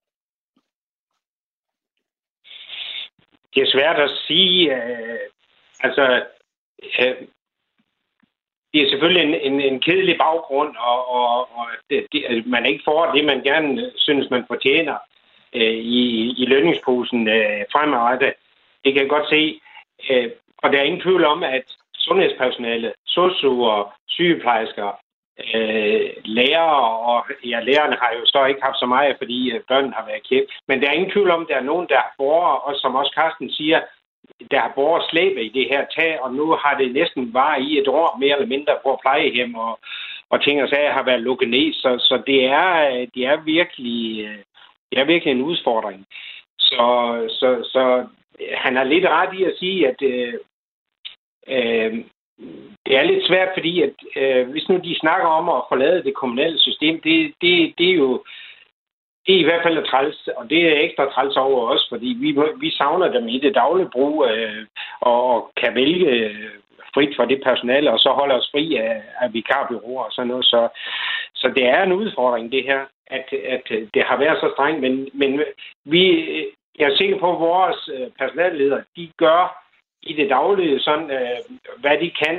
Speaker 4: Det er svært at sige. Øh, altså, øh, det er selvfølgelig en, en, en kedelig baggrund, og, og, og det, det, man ikke får det, man gerne synes, man fortjener øh, i, i lønningsposen øh, fremadrettet. Det kan jeg godt se. Øh, og der er ingen tvivl om, at sundhedspersonale, sosuer, sygeplejersker, øh, lærere, og ja, lærerne har jo så ikke haft så meget, fordi øh, børnene har været kæft. Men der er ingen tvivl om, at der er nogen, der har borgere, og som også Carsten siger, der har borgere slæbe i det her tag, og nu har det næsten bare i et år mere eller mindre på plejehjem, og, og ting og sager har været lukket ned. Så, så det, er, det, er virkelig, det er virkelig en udfordring. Så, så, så han har lidt ret i at sige, at øh, øh, det er lidt svært, fordi at, øh, hvis nu de snakker om at forlade det kommunale system, det, det, det er jo det er i hvert fald træls, og det er ekstra træls over os, fordi vi, vi savner dem i det daglige brug øh, og, og kan vælge frit for det personale, og så holde os fri af, af vikarbureauer og sådan noget. Så, så det er en udfordring, det her, at, at det har været så strengt, men, men vi, jeg er sikker på, at vores personalledere, de gør i det daglige sådan, øh, hvad de kan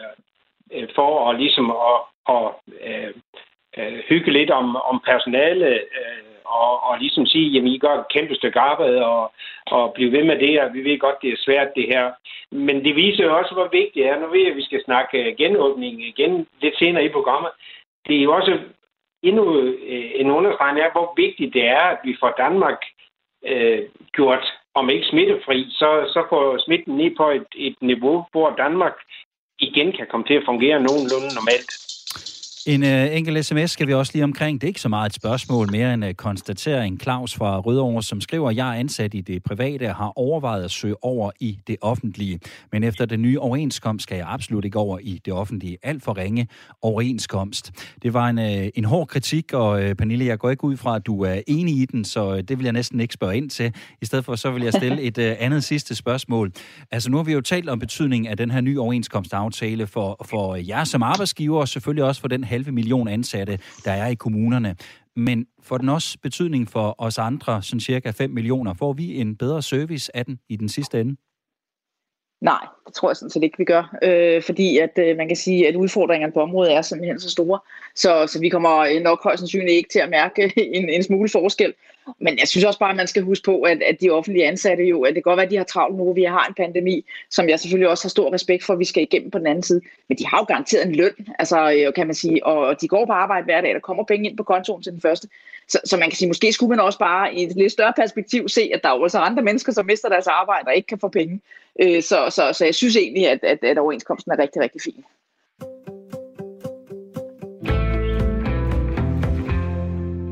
Speaker 4: øh, for at ligesom at, at øh, øh, hygge lidt om, om personale, øh, og, og ligesom sige, jamen I gør et kæmpe stykke arbejde, og, og blive ved med det, og vi ved godt, det er svært det her. Men det viser jo også, hvor vigtigt det er. Nu ved jeg, at vi skal snakke genåbning igen lidt senere i programmet. Det er jo også endnu en understregning af, hvor vigtigt det er, at vi får Danmark øh, gjort, om ikke smittefri, så, så får smitten ned på et, et niveau, hvor Danmark igen kan komme til at fungere nogenlunde normalt.
Speaker 1: En øh, enkelt sms skal vi også lige omkring. Det er ikke så meget et spørgsmål, mere en uh, konstatering. Claus fra Rødovre, som skriver, jeg er ansat i det private og har overvejet at søge over i det offentlige. Men efter den nye overenskomst skal jeg absolut ikke over i det offentlige. Alt for ringe overenskomst. Det var en, øh, en hård kritik, og øh, Pernille, jeg går ikke ud fra, at du er enig i den, så det vil jeg næsten ikke spørge ind til. I stedet for, så vil jeg stille et øh, andet sidste spørgsmål. Altså nu har vi jo talt om betydningen af den her nye overenskomstaftale for, for jer som arbejdsgiver, og selvfølgelig også for den halve million ansatte, der er i kommunerne. Men får den også betydning for os andre, sådan cirka fem millioner? Får vi en bedre service af den i den sidste ende?
Speaker 5: Nej, det tror jeg sådan set ikke, vi gør. Øh, fordi at øh, man kan sige, at udfordringerne på området er simpelthen så store. Så, så vi kommer nok højst sandsynligt ikke til at mærke en, en smule forskel. Men jeg synes også bare, at man skal huske på, at, at de offentlige ansatte jo, at det kan godt være, at de har travlt nu, hvor vi har en pandemi, som jeg selvfølgelig også har stor respekt for, at vi skal igennem på den anden side. Men de har jo garanteret en løn, altså, kan man sige, og de går på arbejde hver dag, der kommer penge ind på kontoen til den første. Så, så man kan sige, måske skulle man også bare i et lidt større perspektiv se, at der er jo altså andre mennesker, som mister deres arbejde og ikke kan få penge. Så, så, så jeg synes egentlig, at, at, at overenskomsten er rigtig, rigtig fin.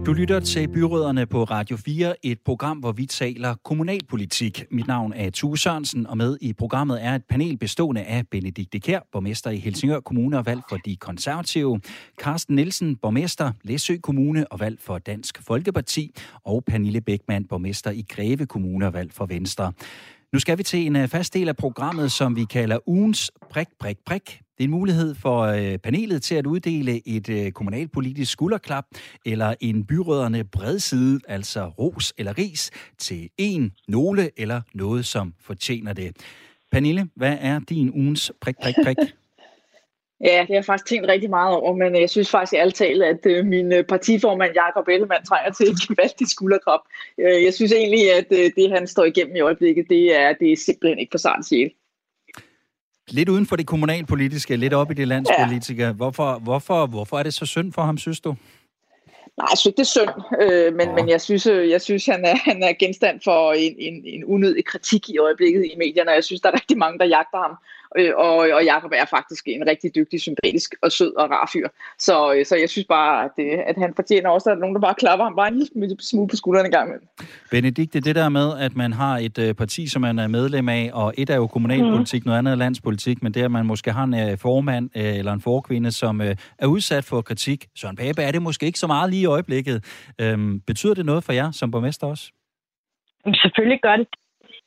Speaker 1: Du lytter til Byrødderne på Radio fire, et program, hvor vi taler kommunalpolitik. Mit navn er Tue Sørensen, og med i programmet er et panel bestående af Benedikte Kjær, borgmester i Helsingør Kommune og valgt for De Konservative, Carsten Nielsen, borgmester, Læsø Kommune og valgt for Dansk Folkeparti, og Pernille Bækman, borgmester i Greve Kommune og valgt for Venstre. Nu skal vi til en fast del af programmet, som vi kalder ugens prik, prik, prik. Det er en mulighed for panelet til at uddele et kommunalpolitisk skulderklap eller en byrødderne bredside, altså ros eller ris, til en, nogle eller noget, som fortjener det. Pernille, hvad er din ugens prik, prik, prik?
Speaker 5: Ja, det har jeg faktisk tænkt rigtig meget over, men jeg synes faktisk i alt talt, at øh, min partiformand Jakob Ellemann trænger til et gevaldigt skulderkrop. Øh, jeg synes egentlig, at øh, det, han står igennem i øjeblikket, det er, det er simpelthen ikke for sart sjæl.
Speaker 1: Lidt uden for det kommunalpolitiske, lidt op i det landspolitiske. Ja. Hvorfor, hvorfor, hvorfor er det så synd for ham, synes du?
Speaker 5: Nej, jeg synes ikke, det er synd, øh, men, men jeg synes, jeg synes han, er, han er genstand for en, en, en unødig kritik i øjeblikket i medierne, og jeg synes, der er rigtig mange, der jagter ham. Øh, og, og Jakob er faktisk en rigtig dygtig, sympatisk og sød og rar fyr. Så, øh, så jeg synes bare, at, det, at han fortjener også, at nogen, der bare klapper ham bare en lille smule på skulderen en gang imellem.
Speaker 1: Benedikte, det der med, at man har et øh, parti, som man er medlem af, og et er jo kommunalpolitik, mm. noget andet er landspolitik, men det, at man måske har en øh, formand øh, eller en forkvinde, som øh, er udsat for kritik. Søren Pape er det måske ikke så meget lige i øjeblikket. Øhm, betyder det noget for jer som borgmester også?
Speaker 3: Selvfølgelig gør det.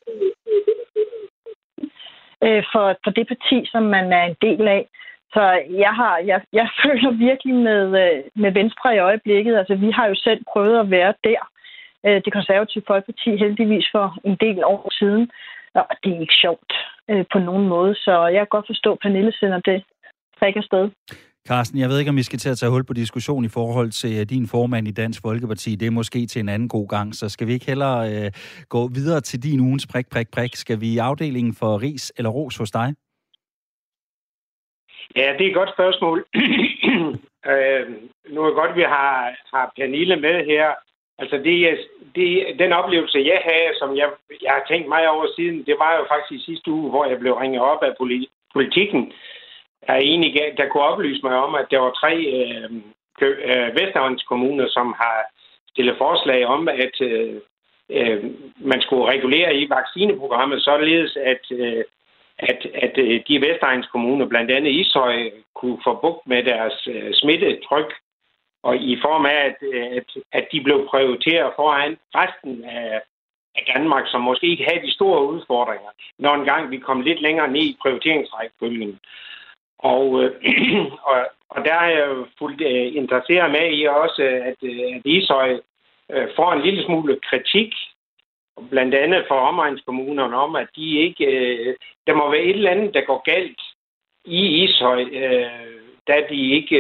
Speaker 3: For, for det parti, som man er en del af. Så jeg har, jeg, jeg føler virkelig med, med Venstre i øjeblikket. Altså, vi har jo selv prøvet at være der. Det Konservative Folkeparti heldigvis for en del år siden. Og det er ikke sjovt på nogen måde. Så jeg kan godt forstå, at Pernille sender det prik afsted.
Speaker 1: Carsten, jeg ved ikke, om vi skal til at tage hul på diskussion i forhold til din formand i Dansk Folkeparti. Det er måske til en anden god gang, så skal vi ikke hellere øh, gå videre til din ugens prik, prik, prik. Skal vi i afdelingen for ris eller ros hos dig?
Speaker 4: Ja, det er et godt spørgsmål. øh, nu er det godt, at vi har, har Pernille med her. Altså, det, det, den oplevelse, jeg havde, som jeg, jeg har tænkt mig over siden, det var jo faktisk i sidste uge, hvor jeg blev ringet op af politikken. Jeg er enig, der kunne oplyse mig om, at der var tre øh, øh, Vestegnskommuner, som har stillet forslag om, at øh, øh, man skulle regulere i vaccineprogrammet, således at, øh, at, at de Vestegnskommuner, blandt andet Ishøj, kunne få bugt med deres øh, smittetryk, og i form af, at, at, at de blev prioriteret foran resten af, af Danmark, som måske ikke havde de store udfordringer, når engang vi kom lidt længere ned i prioriteringsrækkefølgen. Og, øh, og, og der er jeg jo fuldt øh, interesseret med i også, at, at Ishøj øh, får en lille smule kritik, blandt andet for omegnskommunerne om, at de ikke, øh, der må være et eller andet, der går galt i Ishøj, øh, da de ikke,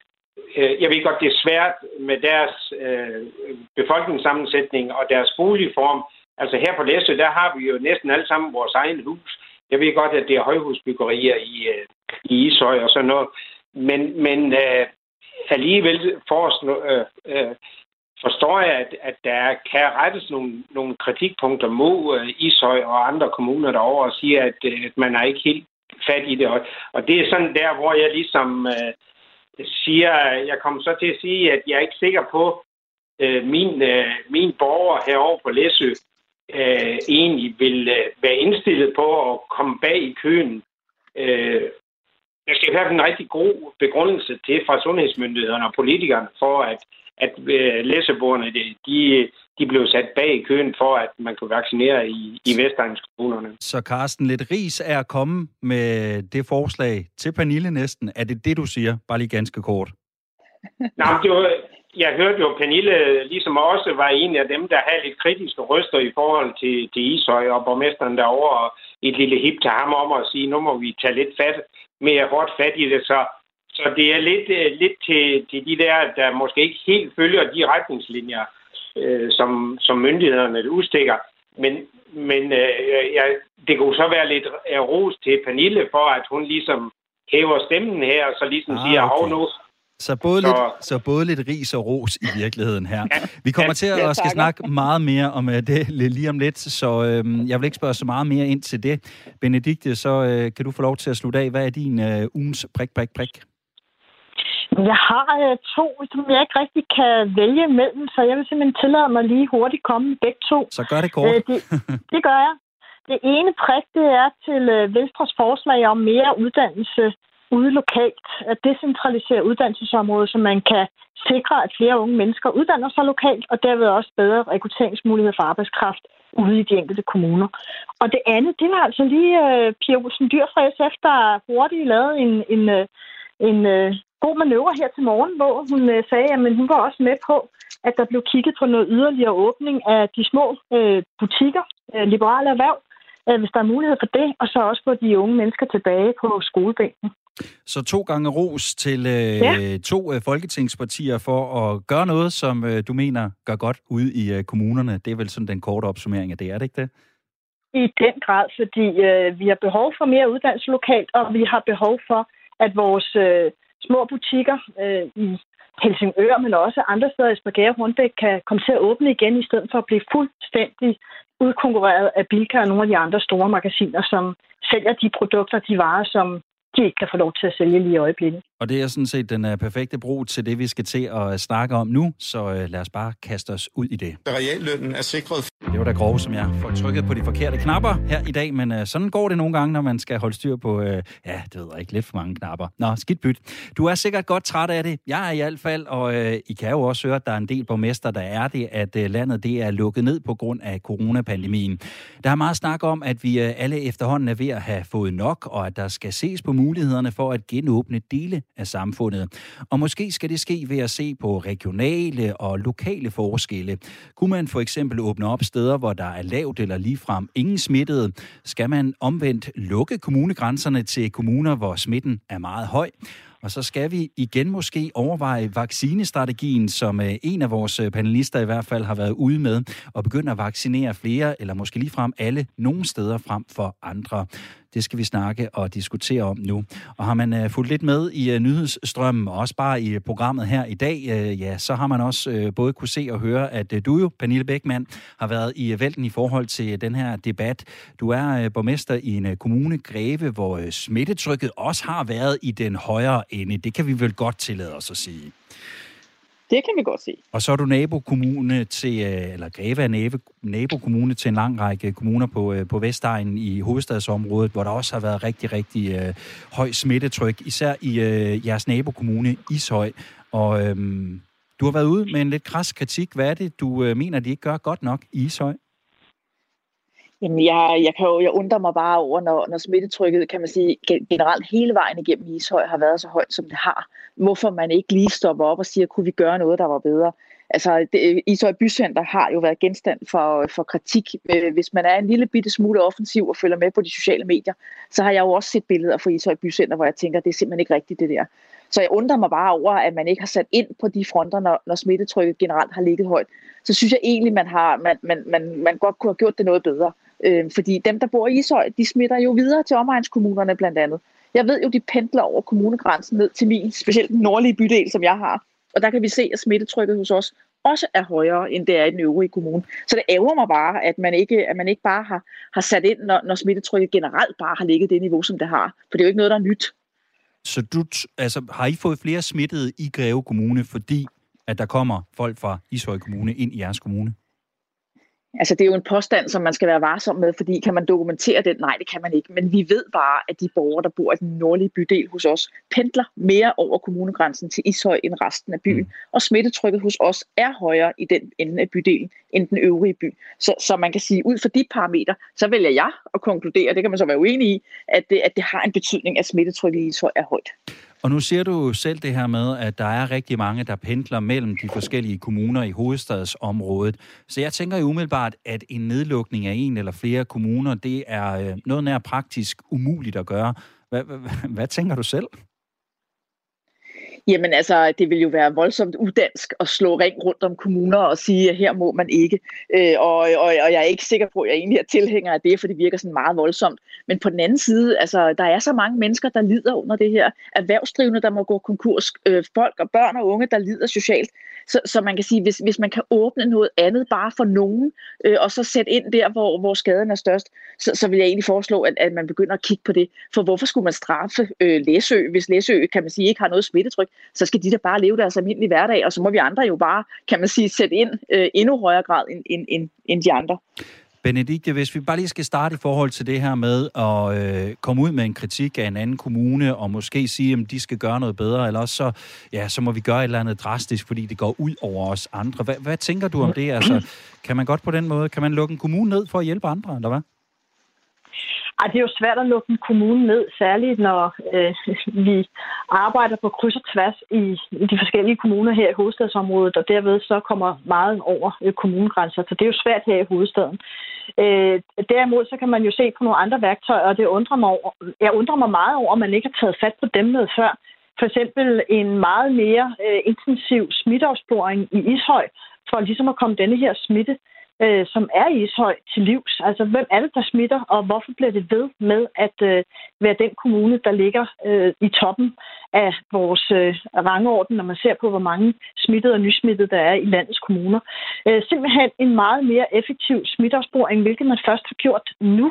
Speaker 4: øh, jeg ved godt, det er svært med deres øh, befolkningssammensætning og deres boligform. Altså her på Læsø, der har vi jo næsten alle sammen vores egen hus. Jeg ved godt, at det er højhusbyggerier i, øh, i Ishøj og sådan noget. Men, men øh, alligevel for, øh, øh, forstår jeg, at, at der kan rettes nogle, nogle kritikpunkter mod øh, Ishøj og andre kommuner derovre og siger, at, øh, at man er ikke helt fat i det. Og, og det er sådan der, hvor jeg ligesom øh, siger, jeg kommer så til at sige, at jeg er ikke sikker på, øh, min, øh, min borger herovre på Læsø øh, egentlig vil øh, være indstillet på at komme bag i køen. Øh, der skal være en rigtig god begrundelse til fra sundhedsmyndighederne og politikerne for, at, at øh, læsøboerne de, de blev sat bag i køen for, at man kunne vaccinere i, i Vestegnskommunerne.
Speaker 1: Så Carsten, lidt ris er at komme med det forslag til Pernille næsten. Er det det, du siger? Bare lige ganske kort.
Speaker 4: Nej, det var, jeg hørte jo, Pernille ligesom også var en af dem, der havde lidt kritiske røster i forhold til, til Ishøj og borgmesteren derovre, og et lille hip til ham om at sige, nu må vi tage lidt fat, mere hårdt fat i det. Så, så det er lidt, lidt til, til de der, der måske ikke helt følger de retningslinjer, øh, som, som myndighederne udstikker. Men, men øh, ja, det kunne så være lidt ros til Pernille for, at hun ligesom hæver stemmen her, og så ligesom ah, siger, hov nu.
Speaker 1: Så både, så... Lidt, så både lidt ris og ros i virkeligheden her. Ja. Vi kommer til at ja, skal snakke meget mere om det lige om lidt, så øh, jeg vil ikke spørge så meget mere ind til det. Benedikte, så øh, kan du få lov til at slutte af. Hvad er din øh, ugens prik, prik, prik?
Speaker 3: Jeg har øh, to, som jeg ikke rigtig kan vælge imellem, så jeg vil simpelthen tillade mig lige hurtigt komme med begge to.
Speaker 1: Så gør det kort.
Speaker 3: Øh, det, det gør jeg. Det ene trick, det er til øh, Venstres forslag om mere uddannelse ude lokalt. At decentralisere uddannelsesområdet, så man kan sikre, at flere unge mennesker uddanner sig lokalt, og derved også bedre rekrutteringsmuligheder for arbejdskraft ude i de enkelte kommuner. Og det andet, det var altså lige øh, Pia Olsen Dyhr fra S F, der hurtigt lavede en, en, øh, en øh, god manøvre her til morgen, hvor hun øh, sagde, at hun var også med på, at der blev kigget på noget yderligere åbning af de små øh, butikker, øh, liberale erhverv, øh, hvis der er mulighed for det, og så også få de unge mennesker tilbage på skolebænken.
Speaker 1: Så to gange ros til øh, ja. to øh, folketingspartier for at gøre noget, som øh, du mener gør godt ude i øh, kommunerne. Det er vel sådan den korte opsummering af det, er det ikke det?
Speaker 3: I den grad, fordi øh, vi har behov for mere uddannelse lokalt, og vi har behov for, at vores øh, små butikker øh, i Helsingør, men også andre steder i Esbjerg og Hornbæk, kan komme til at åbne igen, i stedet for at blive fuldstændig udkonkurreret af Bilka og nogle af de andre store magasiner, som sælger de produkter, de varer, som de ikke kan få lov til at sælge lige i øjeblikket.
Speaker 1: Og det er sådan set den uh, perfekte bro til det, vi skal til at snakke om nu, så uh, lad os bare kaste os ud i det.
Speaker 2: Reallønnen er sikret.
Speaker 1: Det var da grove, som jeg får trykket på de forkerte knapper her i dag, men uh, sådan går det nogle gange, når man skal holde styr på, uh, ja, det ved jeg ikke, lidt for mange knapper. Nå, skidt byt. Du er sikkert godt træt af det. Jeg er i hvert fald, og uh, I kan jo også høre, at der er en del borgmester, der er det, at uh, landet det er lukket ned på grund af coronapandemien. Der er meget snak om, at vi uh, alle efterhånden er ved at have fået nok, og at der skal ses på mulighederne for at genåbne dele af samfundet. Og måske skal det ske ved at se på regionale og lokale forskelle. Kunne man for eksempel åbne op steder, hvor der er lavt eller ligefrem ingen smittede? Skal man omvendt lukke kommunegrænserne til kommuner, hvor smitten er meget høj? Og så skal vi igen måske overveje vaccinestrategien, som en af vores panelister i hvert fald har været ude med, og begynde at vaccinere flere, eller måske ligefrem alle, nogle steder frem for andre. Det skal vi snakke og diskutere om nu. Og har man uh, fulgt lidt med i uh, nyhedsstrømmen, og også bare i programmet her i dag, uh, ja, så har man også uh, både kunne se og høre, at uh, du jo, Pernille Bechmann, har været i uh, vælten i forhold til uh, den her debat. Du er uh, borgmester i en uh, kommune, Greve, hvor uh, smittetrykket også har været i den højere ende. Det kan vi vel godt tillade os at sige.
Speaker 5: Det kan vi godt se.
Speaker 1: Og så er du nabokommune til, eller Greve er nabokommune til en lang række kommuner på, på Vestegnen i hovedstadsområdet, hvor der også har været rigtig, rigtig øh, høj smittetryk, især i øh, jeres nabokommune Ishøj. Og øhm, du har været ude med en lidt kras kritik. Hvad er det, du øh, mener, de ikke gør godt nok i Ishøj?
Speaker 5: Jamen, jeg, jeg, kan jo, jeg undrer mig bare over, når, når smittetrykket, kan man sige, generelt hele vejen igennem Ishøj har været så højt, som det har. Hvorfor man ikke lige stopper op og siger, kunne vi gøre noget, der var bedre? Altså, det, Ishøj Bycenter har jo været genstand for, for kritik. Hvis man er en lille bitte smule offensiv og følger med på de sociale medier, så har jeg jo også set billeder fra Ishøj Bycenter, hvor jeg tænker, det er simpelthen ikke rigtigt, det der. Så jeg undrer mig bare over, at man ikke har sat ind på de fronter, når, når smittetrykket generelt har ligget højt. Så synes jeg egentlig, man har man, man, man, man godt kunne have gjort det noget bedre. Øh, fordi dem, der bor i Ishøj, de smitter jo videre til omegnskommunerne blandt andet. Jeg ved jo, de pendler over kommunegrænsen ned til min, specielt den nordlige bydel, som jeg har. Og der kan vi se, at smittetrykket hos os også er højere, end det er i den øvrige kommune. Så det ærger mig bare, at man ikke, at man ikke bare har, har sat ind, når, når smittetrykket generelt bare har ligget det niveau, som det har. For det er jo ikke noget, der er nyt.
Speaker 1: Så du, altså, har I fået flere smittede i Greve Kommune, fordi at der kommer folk fra Ishøj Kommune ind i jeres kommune?
Speaker 5: Altså, det er jo en påstand, som man skal være varsom med, fordi kan man dokumentere den? Nej, det kan man ikke. Men vi ved bare, at de borgere, der bor i den nordlige bydel hos os, pendler mere over kommunegrænsen til Ishøj end resten af byen. Mm. Og smittetrykket hos os er højere i den ende af bydelen end den øvrige by. Så, så man kan sige, ud fra de parametre, så vælger jeg at konkludere, det kan man så være uenig i, at det, at det har en betydning, at smittetrykket i Ishøj er højt.
Speaker 1: Og nu siger du jo selv det her med, at der er rigtig mange, der pendler mellem de forskellige kommuner i hovedstadsområdet. Så jeg tænker jo umiddelbart, at en nedlukning af en eller flere kommuner, det er noget nær praktisk umuligt at gøre. Hvad, hvad, hvad tænker du selv?
Speaker 5: Jamen altså, det vil jo være voldsomt udansk at slå ring rundt om kommuner og sige, at her må man ikke. Øh, og, og, og jeg er ikke sikker på, at jeg egentlig er tilhænger af det, for det virker sådan meget voldsomt. Men på den anden side, altså, der er så mange mennesker, der lider under det her. Erhvervsdrivende, der må gå konkurs. Øh, folk og børn og unge, der lider socialt. Så, så man kan sige, hvis, hvis man kan åbne noget andet bare for nogen, øh, og så sætte ind der, hvor, hvor skaden er størst, så, så vil jeg egentlig foreslå, at, at man begynder at kigge på det. For hvorfor skulle man straffe øh, Læsø, hvis Læsø, kan man sige, ikke har noget smittetryk? så skal de da bare leve deres almindelige hverdag, og så må vi andre jo bare, kan man sige, sætte ind øh, endnu højere grad end, end, end, end de andre.
Speaker 1: Benedikte, hvis vi bare lige skal starte i forhold til det her med at øh, komme ud med en kritik af en anden kommune, og måske sige, at de skal gøre noget bedre, eller også så, ja, så må vi gøre et eller andet drastisk, fordi det går ud over os andre. Hvad, hvad tænker du om det? Altså, kan man godt på den måde, kan man lukke en kommune ned for at hjælpe andre, eller hvad?
Speaker 3: Ej, det er jo svært at lukke en kommune ned, særligt når øh, vi arbejder på kryds og tværs i, i de forskellige kommuner her i hovedstadsområdet, og derved så kommer meget over øh, kommunegrænser, så det er jo svært her i hovedstaden. Øh, derimod så kan man jo se på nogle andre værktøjer, og det undrer mig over, jeg undrer mig meget over, at man ikke har taget fat på dem noget før. For eksempel en meget mere øh, intensiv smitteopsporing i Ishøj, for ligesom at komme denne her smitte, øh, som er i Ishøj, til livs. Altså, hvem er det, der smitter, og hvorfor bliver det ved med at øh, være den kommune, der ligger øh, i toppen af vores øh, rangorden, når man ser på, hvor mange smittede og nysmittede der er i landets kommuner. Øh, simpelthen en meget mere effektiv smitteopsporing, hvilket man først har gjort nu,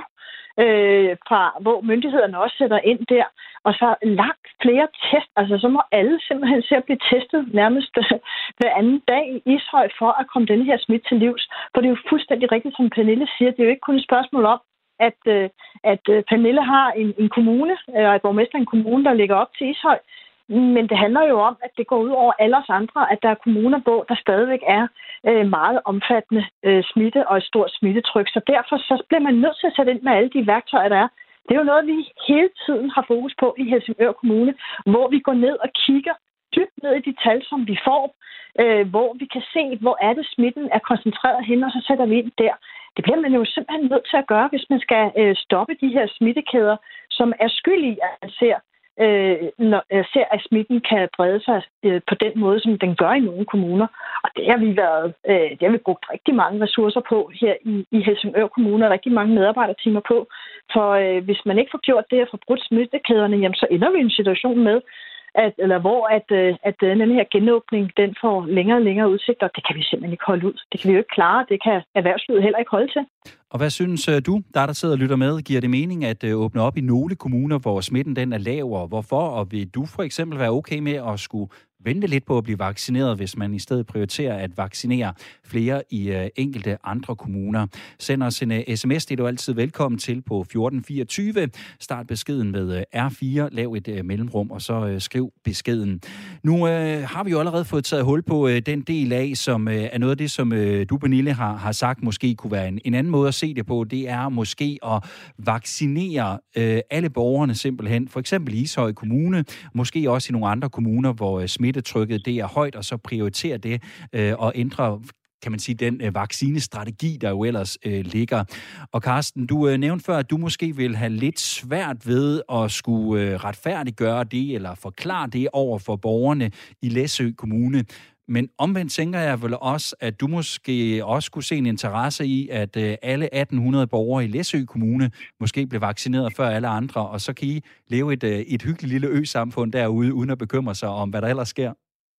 Speaker 3: øh, fra hvor myndighederne også sætter ind der, og så langt flere test. Altså, så må alle simpelthen se at blive testet nærmest øh, hver anden dag i Ishøj for at komme denne her smitte til livs. For det er jo fuldstændig rigtigt, som Pernille siger. Det er jo ikke kun et spørgsmål om, at, øh, at øh, Pernille har en, en kommune, øh, og et borgmester en kommune, der ligger op til Ishøj. Men det handler jo om, at det går ud over alle os andre, at der er kommuner, hvor der stadigvæk er øh, meget omfattende øh, smitte og et stort smittetryk. Så derfor så bliver man nødt til at sætte ind med alle de værktøjer, der er. Det er jo noget, vi hele tiden har fokus på i Helsingør Kommune, hvor vi går ned og kigger dybt ned i de tal, som vi får, øh, hvor vi kan se, hvor er det smitten er koncentreret hen, og så sætter vi ind der. Det bliver man jo simpelthen nødt til at gøre, hvis man skal øh, stoppe de her smittekæder, som er skyld i, at man ser, øh, når, øh, ser, at smitten kan brede sig øh, på den måde, som den gør i nogle kommuner. Og det har vi været, øh, det har vi brugt rigtig mange ressourcer på her i, i Helsingør Kommune, og rigtig mange medarbejdertimer på. For øh, hvis man ikke får gjort det og får brudt smittekæderne, jamen, så ender vi i en situation med, At, eller hvor at, at den her genåbning, den får længere og længere udsigter. Det kan vi simpelthen ikke holde ud. Det kan vi jo ikke klare. Det kan erhvervslivet heller ikke holde til.
Speaker 1: Og hvad synes du, der der sidder og lytter med? Giver det mening at åbne op i nogle kommuner, hvor smitten den er lavere? Hvorfor? Og vil du for eksempel være okay med at skulle vente lidt på at blive vaccineret, hvis man i stedet prioriterer at vaccinere flere i uh, enkelte andre kommuner? Send os en uh, sms, det er du altid velkommen til på fjorten fireogtyve. Start beskeden med uh, R fire, lav et uh, mellemrum, og så uh, skriv beskeden. Nu uh, har vi jo allerede fået taget hul på uh, den del af, som uh, er noget af det, som uh, du, Pernille, har, har sagt måske kunne være en, en anden måde at se det på. Det er måske at vaccinere uh, alle borgerne simpelthen. For eksempel i Ishøj Kommune, måske også i nogle andre kommuner, hvor uh, smittetrykket det er højt, og så prioritere det øh, og ændre, kan man sige, den øh, vaccinestrategi, der jo ellers øh, ligger. Og Carsten, du øh, nævnte før, at du måske vil have lidt svært ved at skulle øh, retfærdiggøre det, eller forklare det over for borgerne i Læsø Kommune. Men omvendt tænker jeg vel også, at du måske også kunne se en interesse i, at øh, alle atten hundrede borgere i Læsø Kommune måske blev vaccineret før alle andre, og så kan I leve et, øh, et hyggeligt lille ø-samfund derude, uden at bekymre sig om, hvad der ellers sker.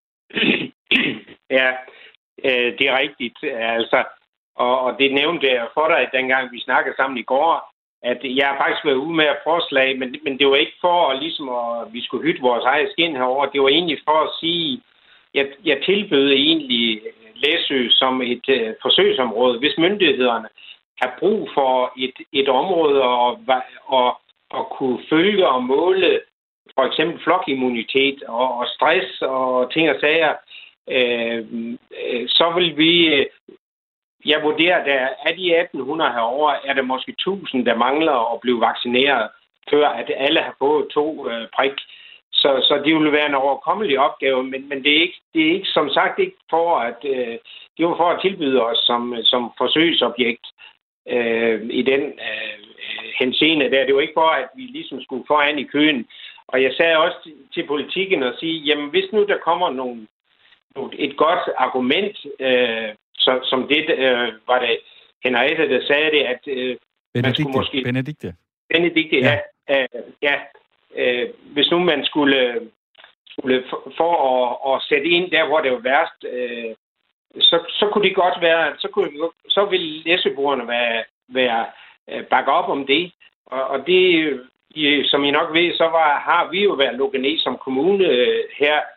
Speaker 4: Ja, øh, det er rigtigt. Altså, og, og det nævnte jeg for dig, dengang vi snakkede sammen i går, at jeg har faktisk været ude med et forslag, men, men det var ikke for, at, ligesom, at vi skulle hytte vores eget skin herover. Det var egentlig for at sige, Jeg, jeg tilbød egentlig Læsø som et uh, forsøgsområde, hvis myndighederne har brug for et, et område og, og, og kunne følge og måle for eksempel flokimmunitet og, og stress og ting og sager, øh, øh, så vil vi, jeg vurderer, at af de atten hundrede herovre, er der måske tusind, der mangler at blive vaccineret, før at alle har fået to øh, prik. Så, så det vil være en overkommelig opgave, men, men det, er ikke, det er ikke, som sagt, ikke for at, øh, det var for at tilbyde os som, som forsøgsobjekt øh, i den øh, henseende der. Det var ikke for, at vi ligesom skulle foran i køen. Og jeg sagde også til politikken at sige, jamen hvis nu der kommer nogle, et godt argument, øh, så, som det øh, var det Henriette, der sagde det, at øh, man skulle måske...
Speaker 1: Benedikte.
Speaker 4: Benedikte, ja. Ja. Øh, ja. Øh, hvis nu man skulle, skulle for, for at, at sætte ind der, hvor det var værst, øh, så, så kunne det godt være, så, kunne, så ville læsøbrugerne være, være øh, bakke op om det. Og, og det, som I nok ved, så var, har vi jo været lukket ned som kommune øh, her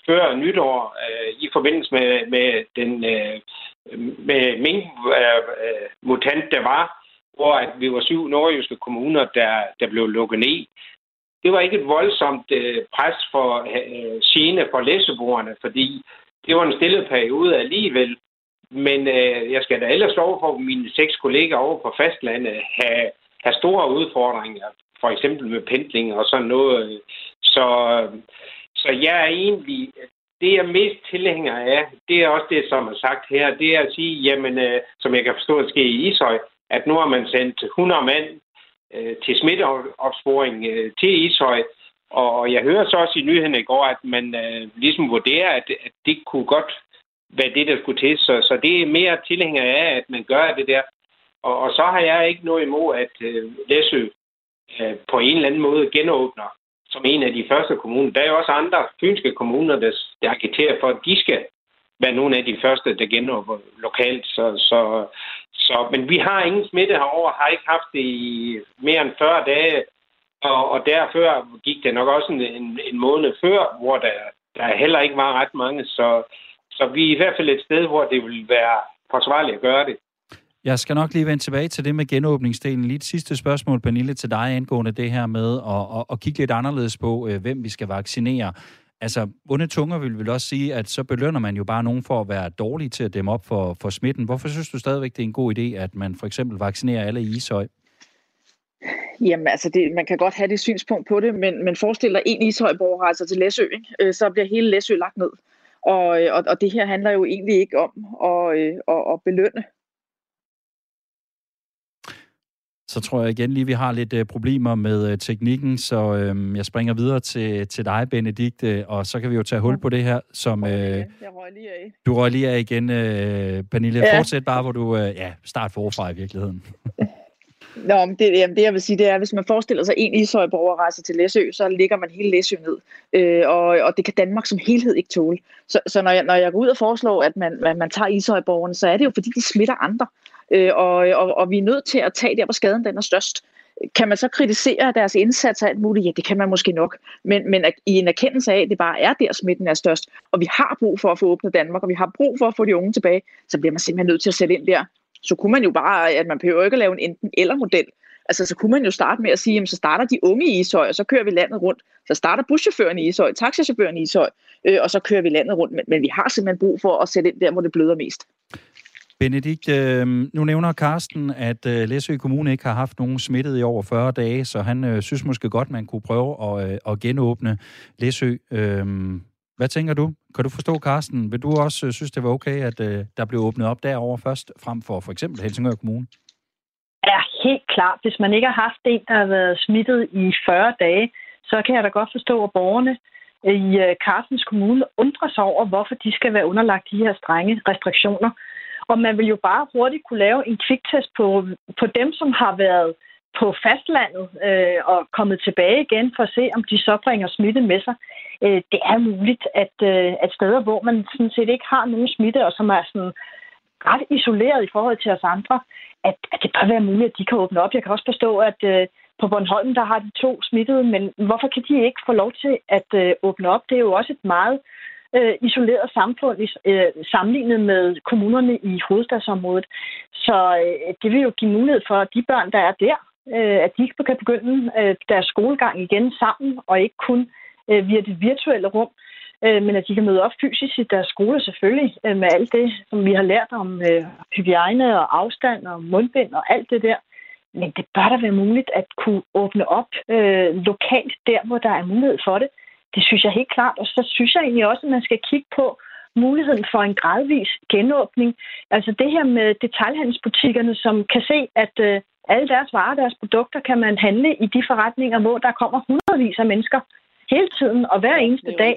Speaker 4: før nytår øh, i forbindelse med, med den øh, med minkmutant, øh, der var, hvor at vi var syv nordjyske kommuner, der, der blev lukket ned. Det var ikke et voldsomt øh, pres for øh, gene for læseboerne, fordi det var en stille periode alligevel. Men øh, jeg skal da ellers lov for mine seks kolleger over på fastlandet have, have store udfordringer, for eksempel med pendling og sådan noget. Så, så jeg er egentlig, det jeg er mest tilhænger af, det er også det, som er sagt her, det er at sige, jamen, øh, som jeg kan forstå, at ske i Ishøj, at nu har man sendt hundrede mand øh, til smitteopsporing øh, til Ishøj, og jeg hører så også i nyhederne i går, at man øh, ligesom vurderer, at, at det kunne godt være det, der skulle til. Så, så det er mere tilhænger af, at man gør det der. Og, og så har jeg ikke noget imod, at øh, Læsø øh, på en eller anden måde genåbner som en af de første kommuner. Der er jo også andre fynske kommuner, der, der agiterer for, at de skal være nogle af de første, der genåbner lokalt. Så, så, så, men vi har ingen smitte herovre, har ikke haft det i mere end fyrre dage. Og, og derfor gik det nok også en, en, en måned før, hvor der, der heller ikke var ret mange. Så, så vi er i hvert fald et sted, hvor det vil være forsvarligt at gøre det.
Speaker 1: Jeg skal nok lige vende tilbage til det med genåbningsdelen. Lige et sidste spørgsmål, Pernille, til dig angående det her med at, at, at kigge lidt anderledes på, hvem vi skal vaccinere. Altså, onde tunger vil vel også sige, at så belønner man jo bare nogen for at være dårlige til at dæmme op for, for smitten. Hvorfor synes du stadigvæk, det er en god idé, at man for eksempel vaccinerer alle i Ishøj?
Speaker 5: Jamen, altså, det, man kan godt have det synspunkt på det, men, men forestil dig, en Ishøj-borger rejser til Læsø, ikke? Så bliver hele Læsø lagt ned. Og, og, og det her handler jo egentlig ikke om at, at, at belønne.
Speaker 1: Så tror jeg igen lige, vi har lidt uh, problemer med uh, teknikken, så uh, jeg springer videre til, til dig, Benedikte, og så kan vi jo tage hul på det her, som uh,
Speaker 5: jeg røg lige af.
Speaker 1: Du røg lige af igen, uh, Pernille. Ja. Fortsæt bare, hvor du uh, ja, start forfra i virkeligheden.
Speaker 5: Nå, men det, jamen det jeg vil sige, det er, hvis man forestiller sig en Ishøj-borger rejser til Læsø, så ligger man hele Læsø ned. Øh, og, og det kan Danmark som helhed ikke tåle. Så, så når, jeg, når jeg går ud og foreslår, at man, man, man tager Ishøj-borgerne, så er det jo, fordi de smitter andre. Øh, og, og, og vi er nødt til at tage der, hvor skaden den er størst. Kan man så kritisere deres indsats og alt muligt? Ja, det kan man måske nok. Men, men i en erkendelse af, at det bare er der, smitten er størst, og vi har brug for at få åbnet Danmark, og vi har brug for at få de unge tilbage, så bliver man simpelthen nødt til at sætte ind der. Så kunne man jo bare, at man behøver ikke at lave en enten-eller-model. Altså, så kunne man jo starte med at sige, jamen, så starter de unge i Ishøj, og så kører vi landet rundt. Så starter buschaufføren i Ishøj, taxichaufføren i Ishøj, øh, og så kører vi landet rundt. Men, men vi har simpelthen brug for at sætte ind der, hvor det bløder mest.
Speaker 1: Benedikt, øh, nu nævner Carsten, at øh, Læsø Kommune ikke har haft nogen smittet i over fyrre dage, så han øh, synes måske godt, man kunne prøve at, øh, at genåbne Læsø. Øh, hvad tænker du? Kan du forstå, Carsten? Vil du også øh, synes, det var okay, at øh, der blev åbnet op derover først, frem for for eksempel Helsingør Kommune?
Speaker 3: Ja, helt klart. Hvis man ikke har haft en, der har været smittet i fyrre dage, så kan jeg da godt forstå, at borgerne i Carstens Kommune undrer sig over, hvorfor de skal være underlagt de her strenge restriktioner. Og man vil jo bare hurtigt kunne lave en kviktest på, på dem, som har været på fastlandet øh, og kommet tilbage igen for at se, om de så bringer smitte med sig. Øh, det er muligt, at, øh, at steder, hvor man sådan set ikke har nogen smitte, og som er sådan ret isoleret i forhold til os andre, at, at det bør være muligt, at de kan åbne op. Jeg kan også forstå, at øh, på Bornholm, der har de to smittede, men hvorfor kan de ikke få lov til at øh, åbne op? Det er jo også et meget øh, isoleret samfund øh, sammenlignet med kommunerne i hovedstadsområdet. Så øh, det vil jo give mulighed for, at de børn, der er der, øh, at de kan begynde øh, deres skolegang igen sammen, og ikke kun øh, via det virtuelle rum, øh, men at de kan møde op fysisk i deres skole selvfølgelig, øh, med alt det, som vi har lært om øh, hygiejne og afstand og mundbind og alt det der. Men det bør da være muligt at kunne åbne op øh, lokalt der, hvor der er mulighed for det. Det synes jeg helt klart. Og så synes jeg egentlig også, at man skal kigge på muligheden for en gradvis genåbning. Altså det her med detailhandelsbutikkerne, som kan se, at øh, alle deres varer, deres produkter, kan man handle i de forretninger, hvor der kommer hundredvis af mennesker hele tiden og hver eneste dag,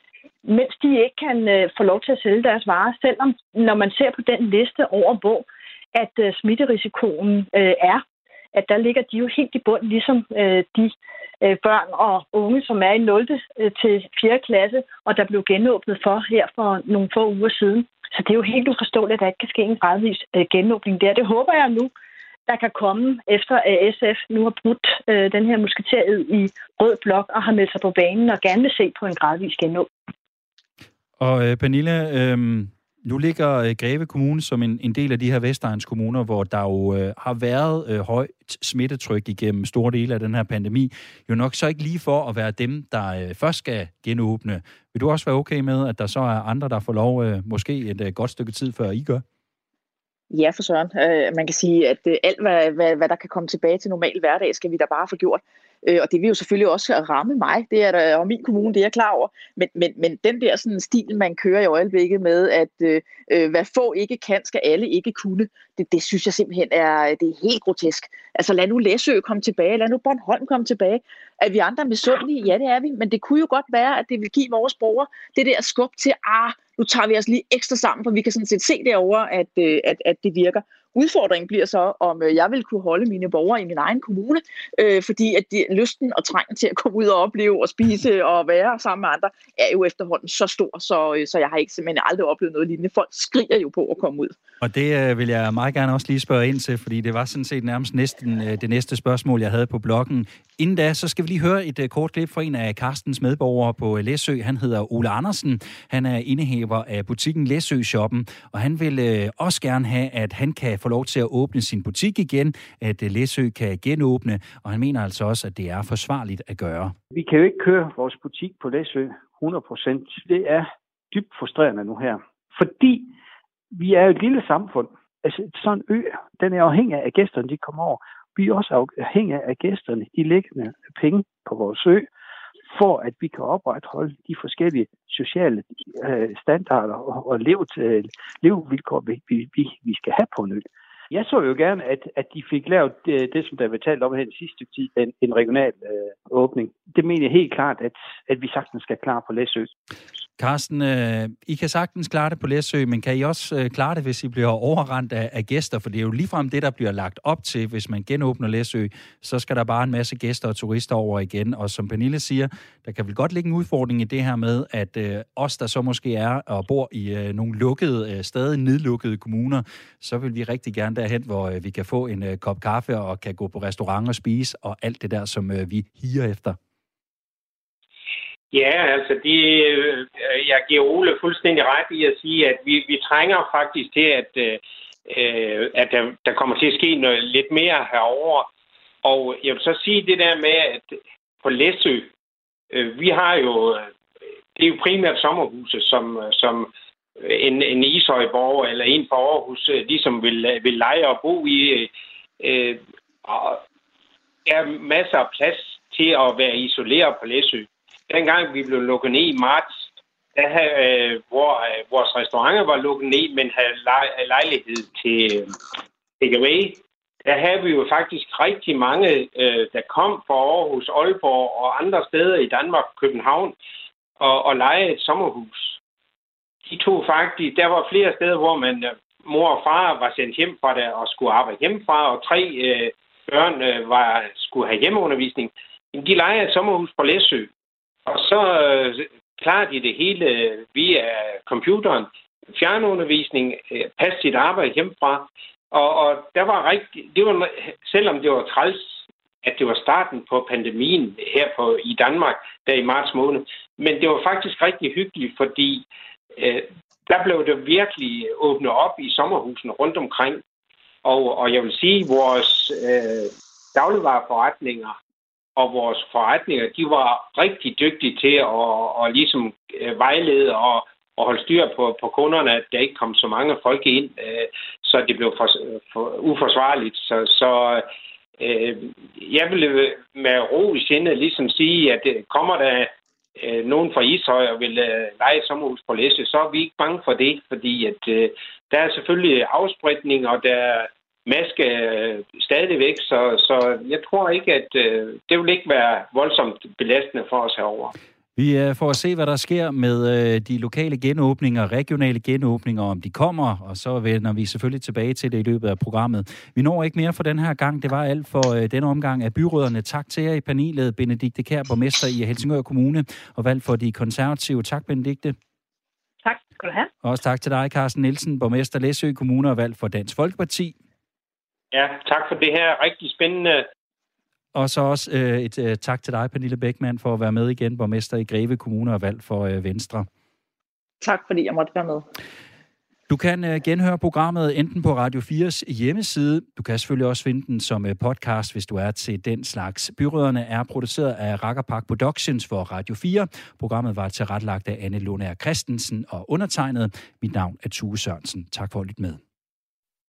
Speaker 3: mens de ikke kan øh, få lov til at sælge deres varer, selvom når man ser på den liste over, hvor at øh, smitterisikoen øh, er, at der ligger de jo helt i bund, ligesom øh, de øh, børn og unge, som er i nul Øh, til fjerde klasse, og der blev genåbnet for her for nogle få uger siden. Så det er jo helt uforståeligt, at der ikke kan ske en gradvis øh, genåbning der. Det håber jeg nu, der kan komme efter, at S F nu har brudt øh, den her musketered i rød blok og har meldt sig på banen og gerne vil se på en gradvis genåbning.
Speaker 1: Og øh, Pernille, øh, nu ligger øh, Greve Kommune som en, en del af de her Vestegns kommuner, hvor der jo øh, har været øh, højt smittetryk igennem store dele af den her pandemi. Jo nok så ikke lige for at være dem, der øh, først skal genåbne. Vil du også være okay med, at der så er andre, der får lov øh, måske et øh, godt stykke tid før I gør?
Speaker 5: Ja, for søren. Uh, man kan sige, at uh, alt, hvad, hvad, hvad der kan komme tilbage til normal hverdag, skal vi da bare få gjort. Uh, og det vil jo selvfølgelig også ramme mig, det er der, og min kommune, det er jeg klar over. Men, men, men den der sådan, stil, man kører i øjeblikket med, at uh, hvad få ikke kan, skal alle ikke kunne, det, det synes jeg simpelthen er, det er helt grotesk. Altså lad nu Læsø komme tilbage, lad nu Bornholm komme tilbage. Er vi andre misundelige? Ja, det er vi. Men det kunne jo godt være, at det vil give vores borgere det der skub til, ah, nu tager vi os lige ekstra sammen, for vi kan sådan set se derovre, at, at, at det virker. Udfordringen bliver så, om jeg vil kunne holde mine borgere i min egen kommune, øh, fordi at de, lysten og trængen til at komme ud og opleve og spise og være sammen med andre, er jo efterhånden så stor, så, så jeg har ikke simpelthen aldrig oplevet noget lignende. Folk skriger jo på at komme ud.
Speaker 1: Og det øh, vil jeg meget gerne også lige spørge ind til, fordi det var sådan set nærmest næsten øh, det næste spørgsmål, jeg havde på bloggen. Inden da, så skal vi lige høre et øh, kort klip fra en af Carstens medborgere på øh, Læsø. Han hedder Ole Andersen. Han er indehaver af butikken Læsø Shoppen, og han vil øh, også gerne have, at han kan få lov til at åbne sin butik igen, at øh, Læsø kan genåbne, og han mener altså også, at det er forsvarligt at gøre.
Speaker 7: Vi kan jo ikke køre vores butik på Læsø hundrede procent. Det er dybt frustrerende nu her, fordi vi er jo et lille samfund. Altså sådan en ø, den er afhængig af, at gæsterne de kommer over. Vi er også afhængige af gæsterne, de læggende penge på vores ø, for at vi kan opretholde de forskellige sociale øh, standarder og, og levet, øh, levevilkår, vi, vi, vi skal have på en ø. Jeg så jo gerne, at, at de fik lavet det, det som der var talt om her den sidste tid, en, en regional øh, åbning. Det mener jeg helt klart, at, at vi sagtens skal klare på Læsø.
Speaker 1: Carsten, øh, I kan sagtens klare det på Læsø, men kan I også øh, klare det, hvis I bliver overrendt af, af gæster? For det er jo ligefrem det, der bliver lagt op til, hvis man genåbner Læsø, så skal der bare en masse gæster og turister over igen. Og som Pernille siger, der kan vel godt ligge en udfordring i det her med, at øh, os, der så måske er og bor i øh, nogle lukkede, øh, stadig nedlukkede kommuner, så vil vi rigtig gerne derhen, hvor øh, vi kan få en øh, kop kaffe og kan gå på restaurant og spise og alt det der, som øh, vi higer efter.
Speaker 4: Ja, altså, de, jeg giver Ole fuldstændig ret i at sige, at vi, vi trænger faktisk til, at, øh, at der, der kommer til at ske noget lidt mere herover. Og jeg vil så sige det der med, at på Læsø, øh, vi har jo, det er jo primært sommerhuse, som, som en, en Ishøjborger eller en fra Aarhus ligesom vil, vil lege og bo i. Øh, og der er masser af plads til at være isoleret på Læsø. Dengang vi blev lukket ned i marts, der havde, øh, hvor øh, vores restauranter var lukket ned, men havde lej- lejlighed til øh, takeaway, der havde vi jo faktisk rigtig mange, øh, der kom fra Aarhus, Aalborg og andre steder i Danmark, København, og, og lejede et sommerhus. De tog faktisk, der var flere steder, hvor man, øh, mor og far var sendt hjem fra det og skulle arbejde hjemmefra, og tre øh, børn øh, var, skulle have hjemmeundervisning. De lejede et sommerhus på Læsø. Og så øh, klarer de det hele via computeren, fjernundervisning, øh, passe sit arbejde hjemmefra. Og, og der var rigtig, det var, selvom det var træls, at det var starten på pandemien her på, i Danmark, der i marts måned, men det var faktisk rigtig hyggeligt, fordi øh, der blev det virkelig åbnet op i sommerhusene rundt omkring. Og, og jeg vil sige, at vores øh, dagligvareforretninger og vores forretninger, de var rigtig dygtige til at, at ligesom vejlede og, og holde styr på, på kunderne, at der ikke kom så mange folk ind, så det blev for, for uforsvarligt. Så, så øh, jeg vil med ro i sindet ligesom sige, at kommer der øh, nogen fra Ishøj og vil øh, leje et sommerhus på Læsø, så er vi ikke bange for det, fordi at, øh, der er selvfølgelig afspritning, og der er maske øh, stadigvæk, så, så jeg tror ikke, at øh, det vil ikke være voldsomt belastende for os herover.
Speaker 1: Vi øh, får at se, hvad der sker med øh, de lokale genåbninger, regionale genåbninger, om de kommer, og så vender vi selvfølgelig tilbage til det i løbet af programmet. Vi når ikke mere for den her gang. Det var alt for øh, denne omgang af byråderne. Tak til jer i panelet, Benedikte Kjær, borgmester i Helsingør Kommune, og valgt for de konservative. Tak, Benedikte.
Speaker 3: Tak skal du have.
Speaker 1: Og også tak til dig, Carsten Nielsen, borgmester Læsø Kommune, og valgt for Dansk Folkeparti.
Speaker 4: Ja, tak for det her rigtig spændende.
Speaker 1: Og så også øh, et øh, tak til dig, Pernille Bækman, for at være med igen, borgmester i Greve Kommune og valgt for øh, Venstre.
Speaker 5: Tak fordi jeg måtte være med.
Speaker 1: Du kan uh, genhøre programmet enten på Radio fires hjemmeside. Du kan selvfølgelig også finde den som uh, podcast, hvis du er til den slags. Byrødderne er produceret af Rakkerpark Productions for Radio fire. Programmet var tilrettelagt af Anne Lundager Christensen og undertegnet. Mit navn er Tue Sørensen. Tak for at lytte med.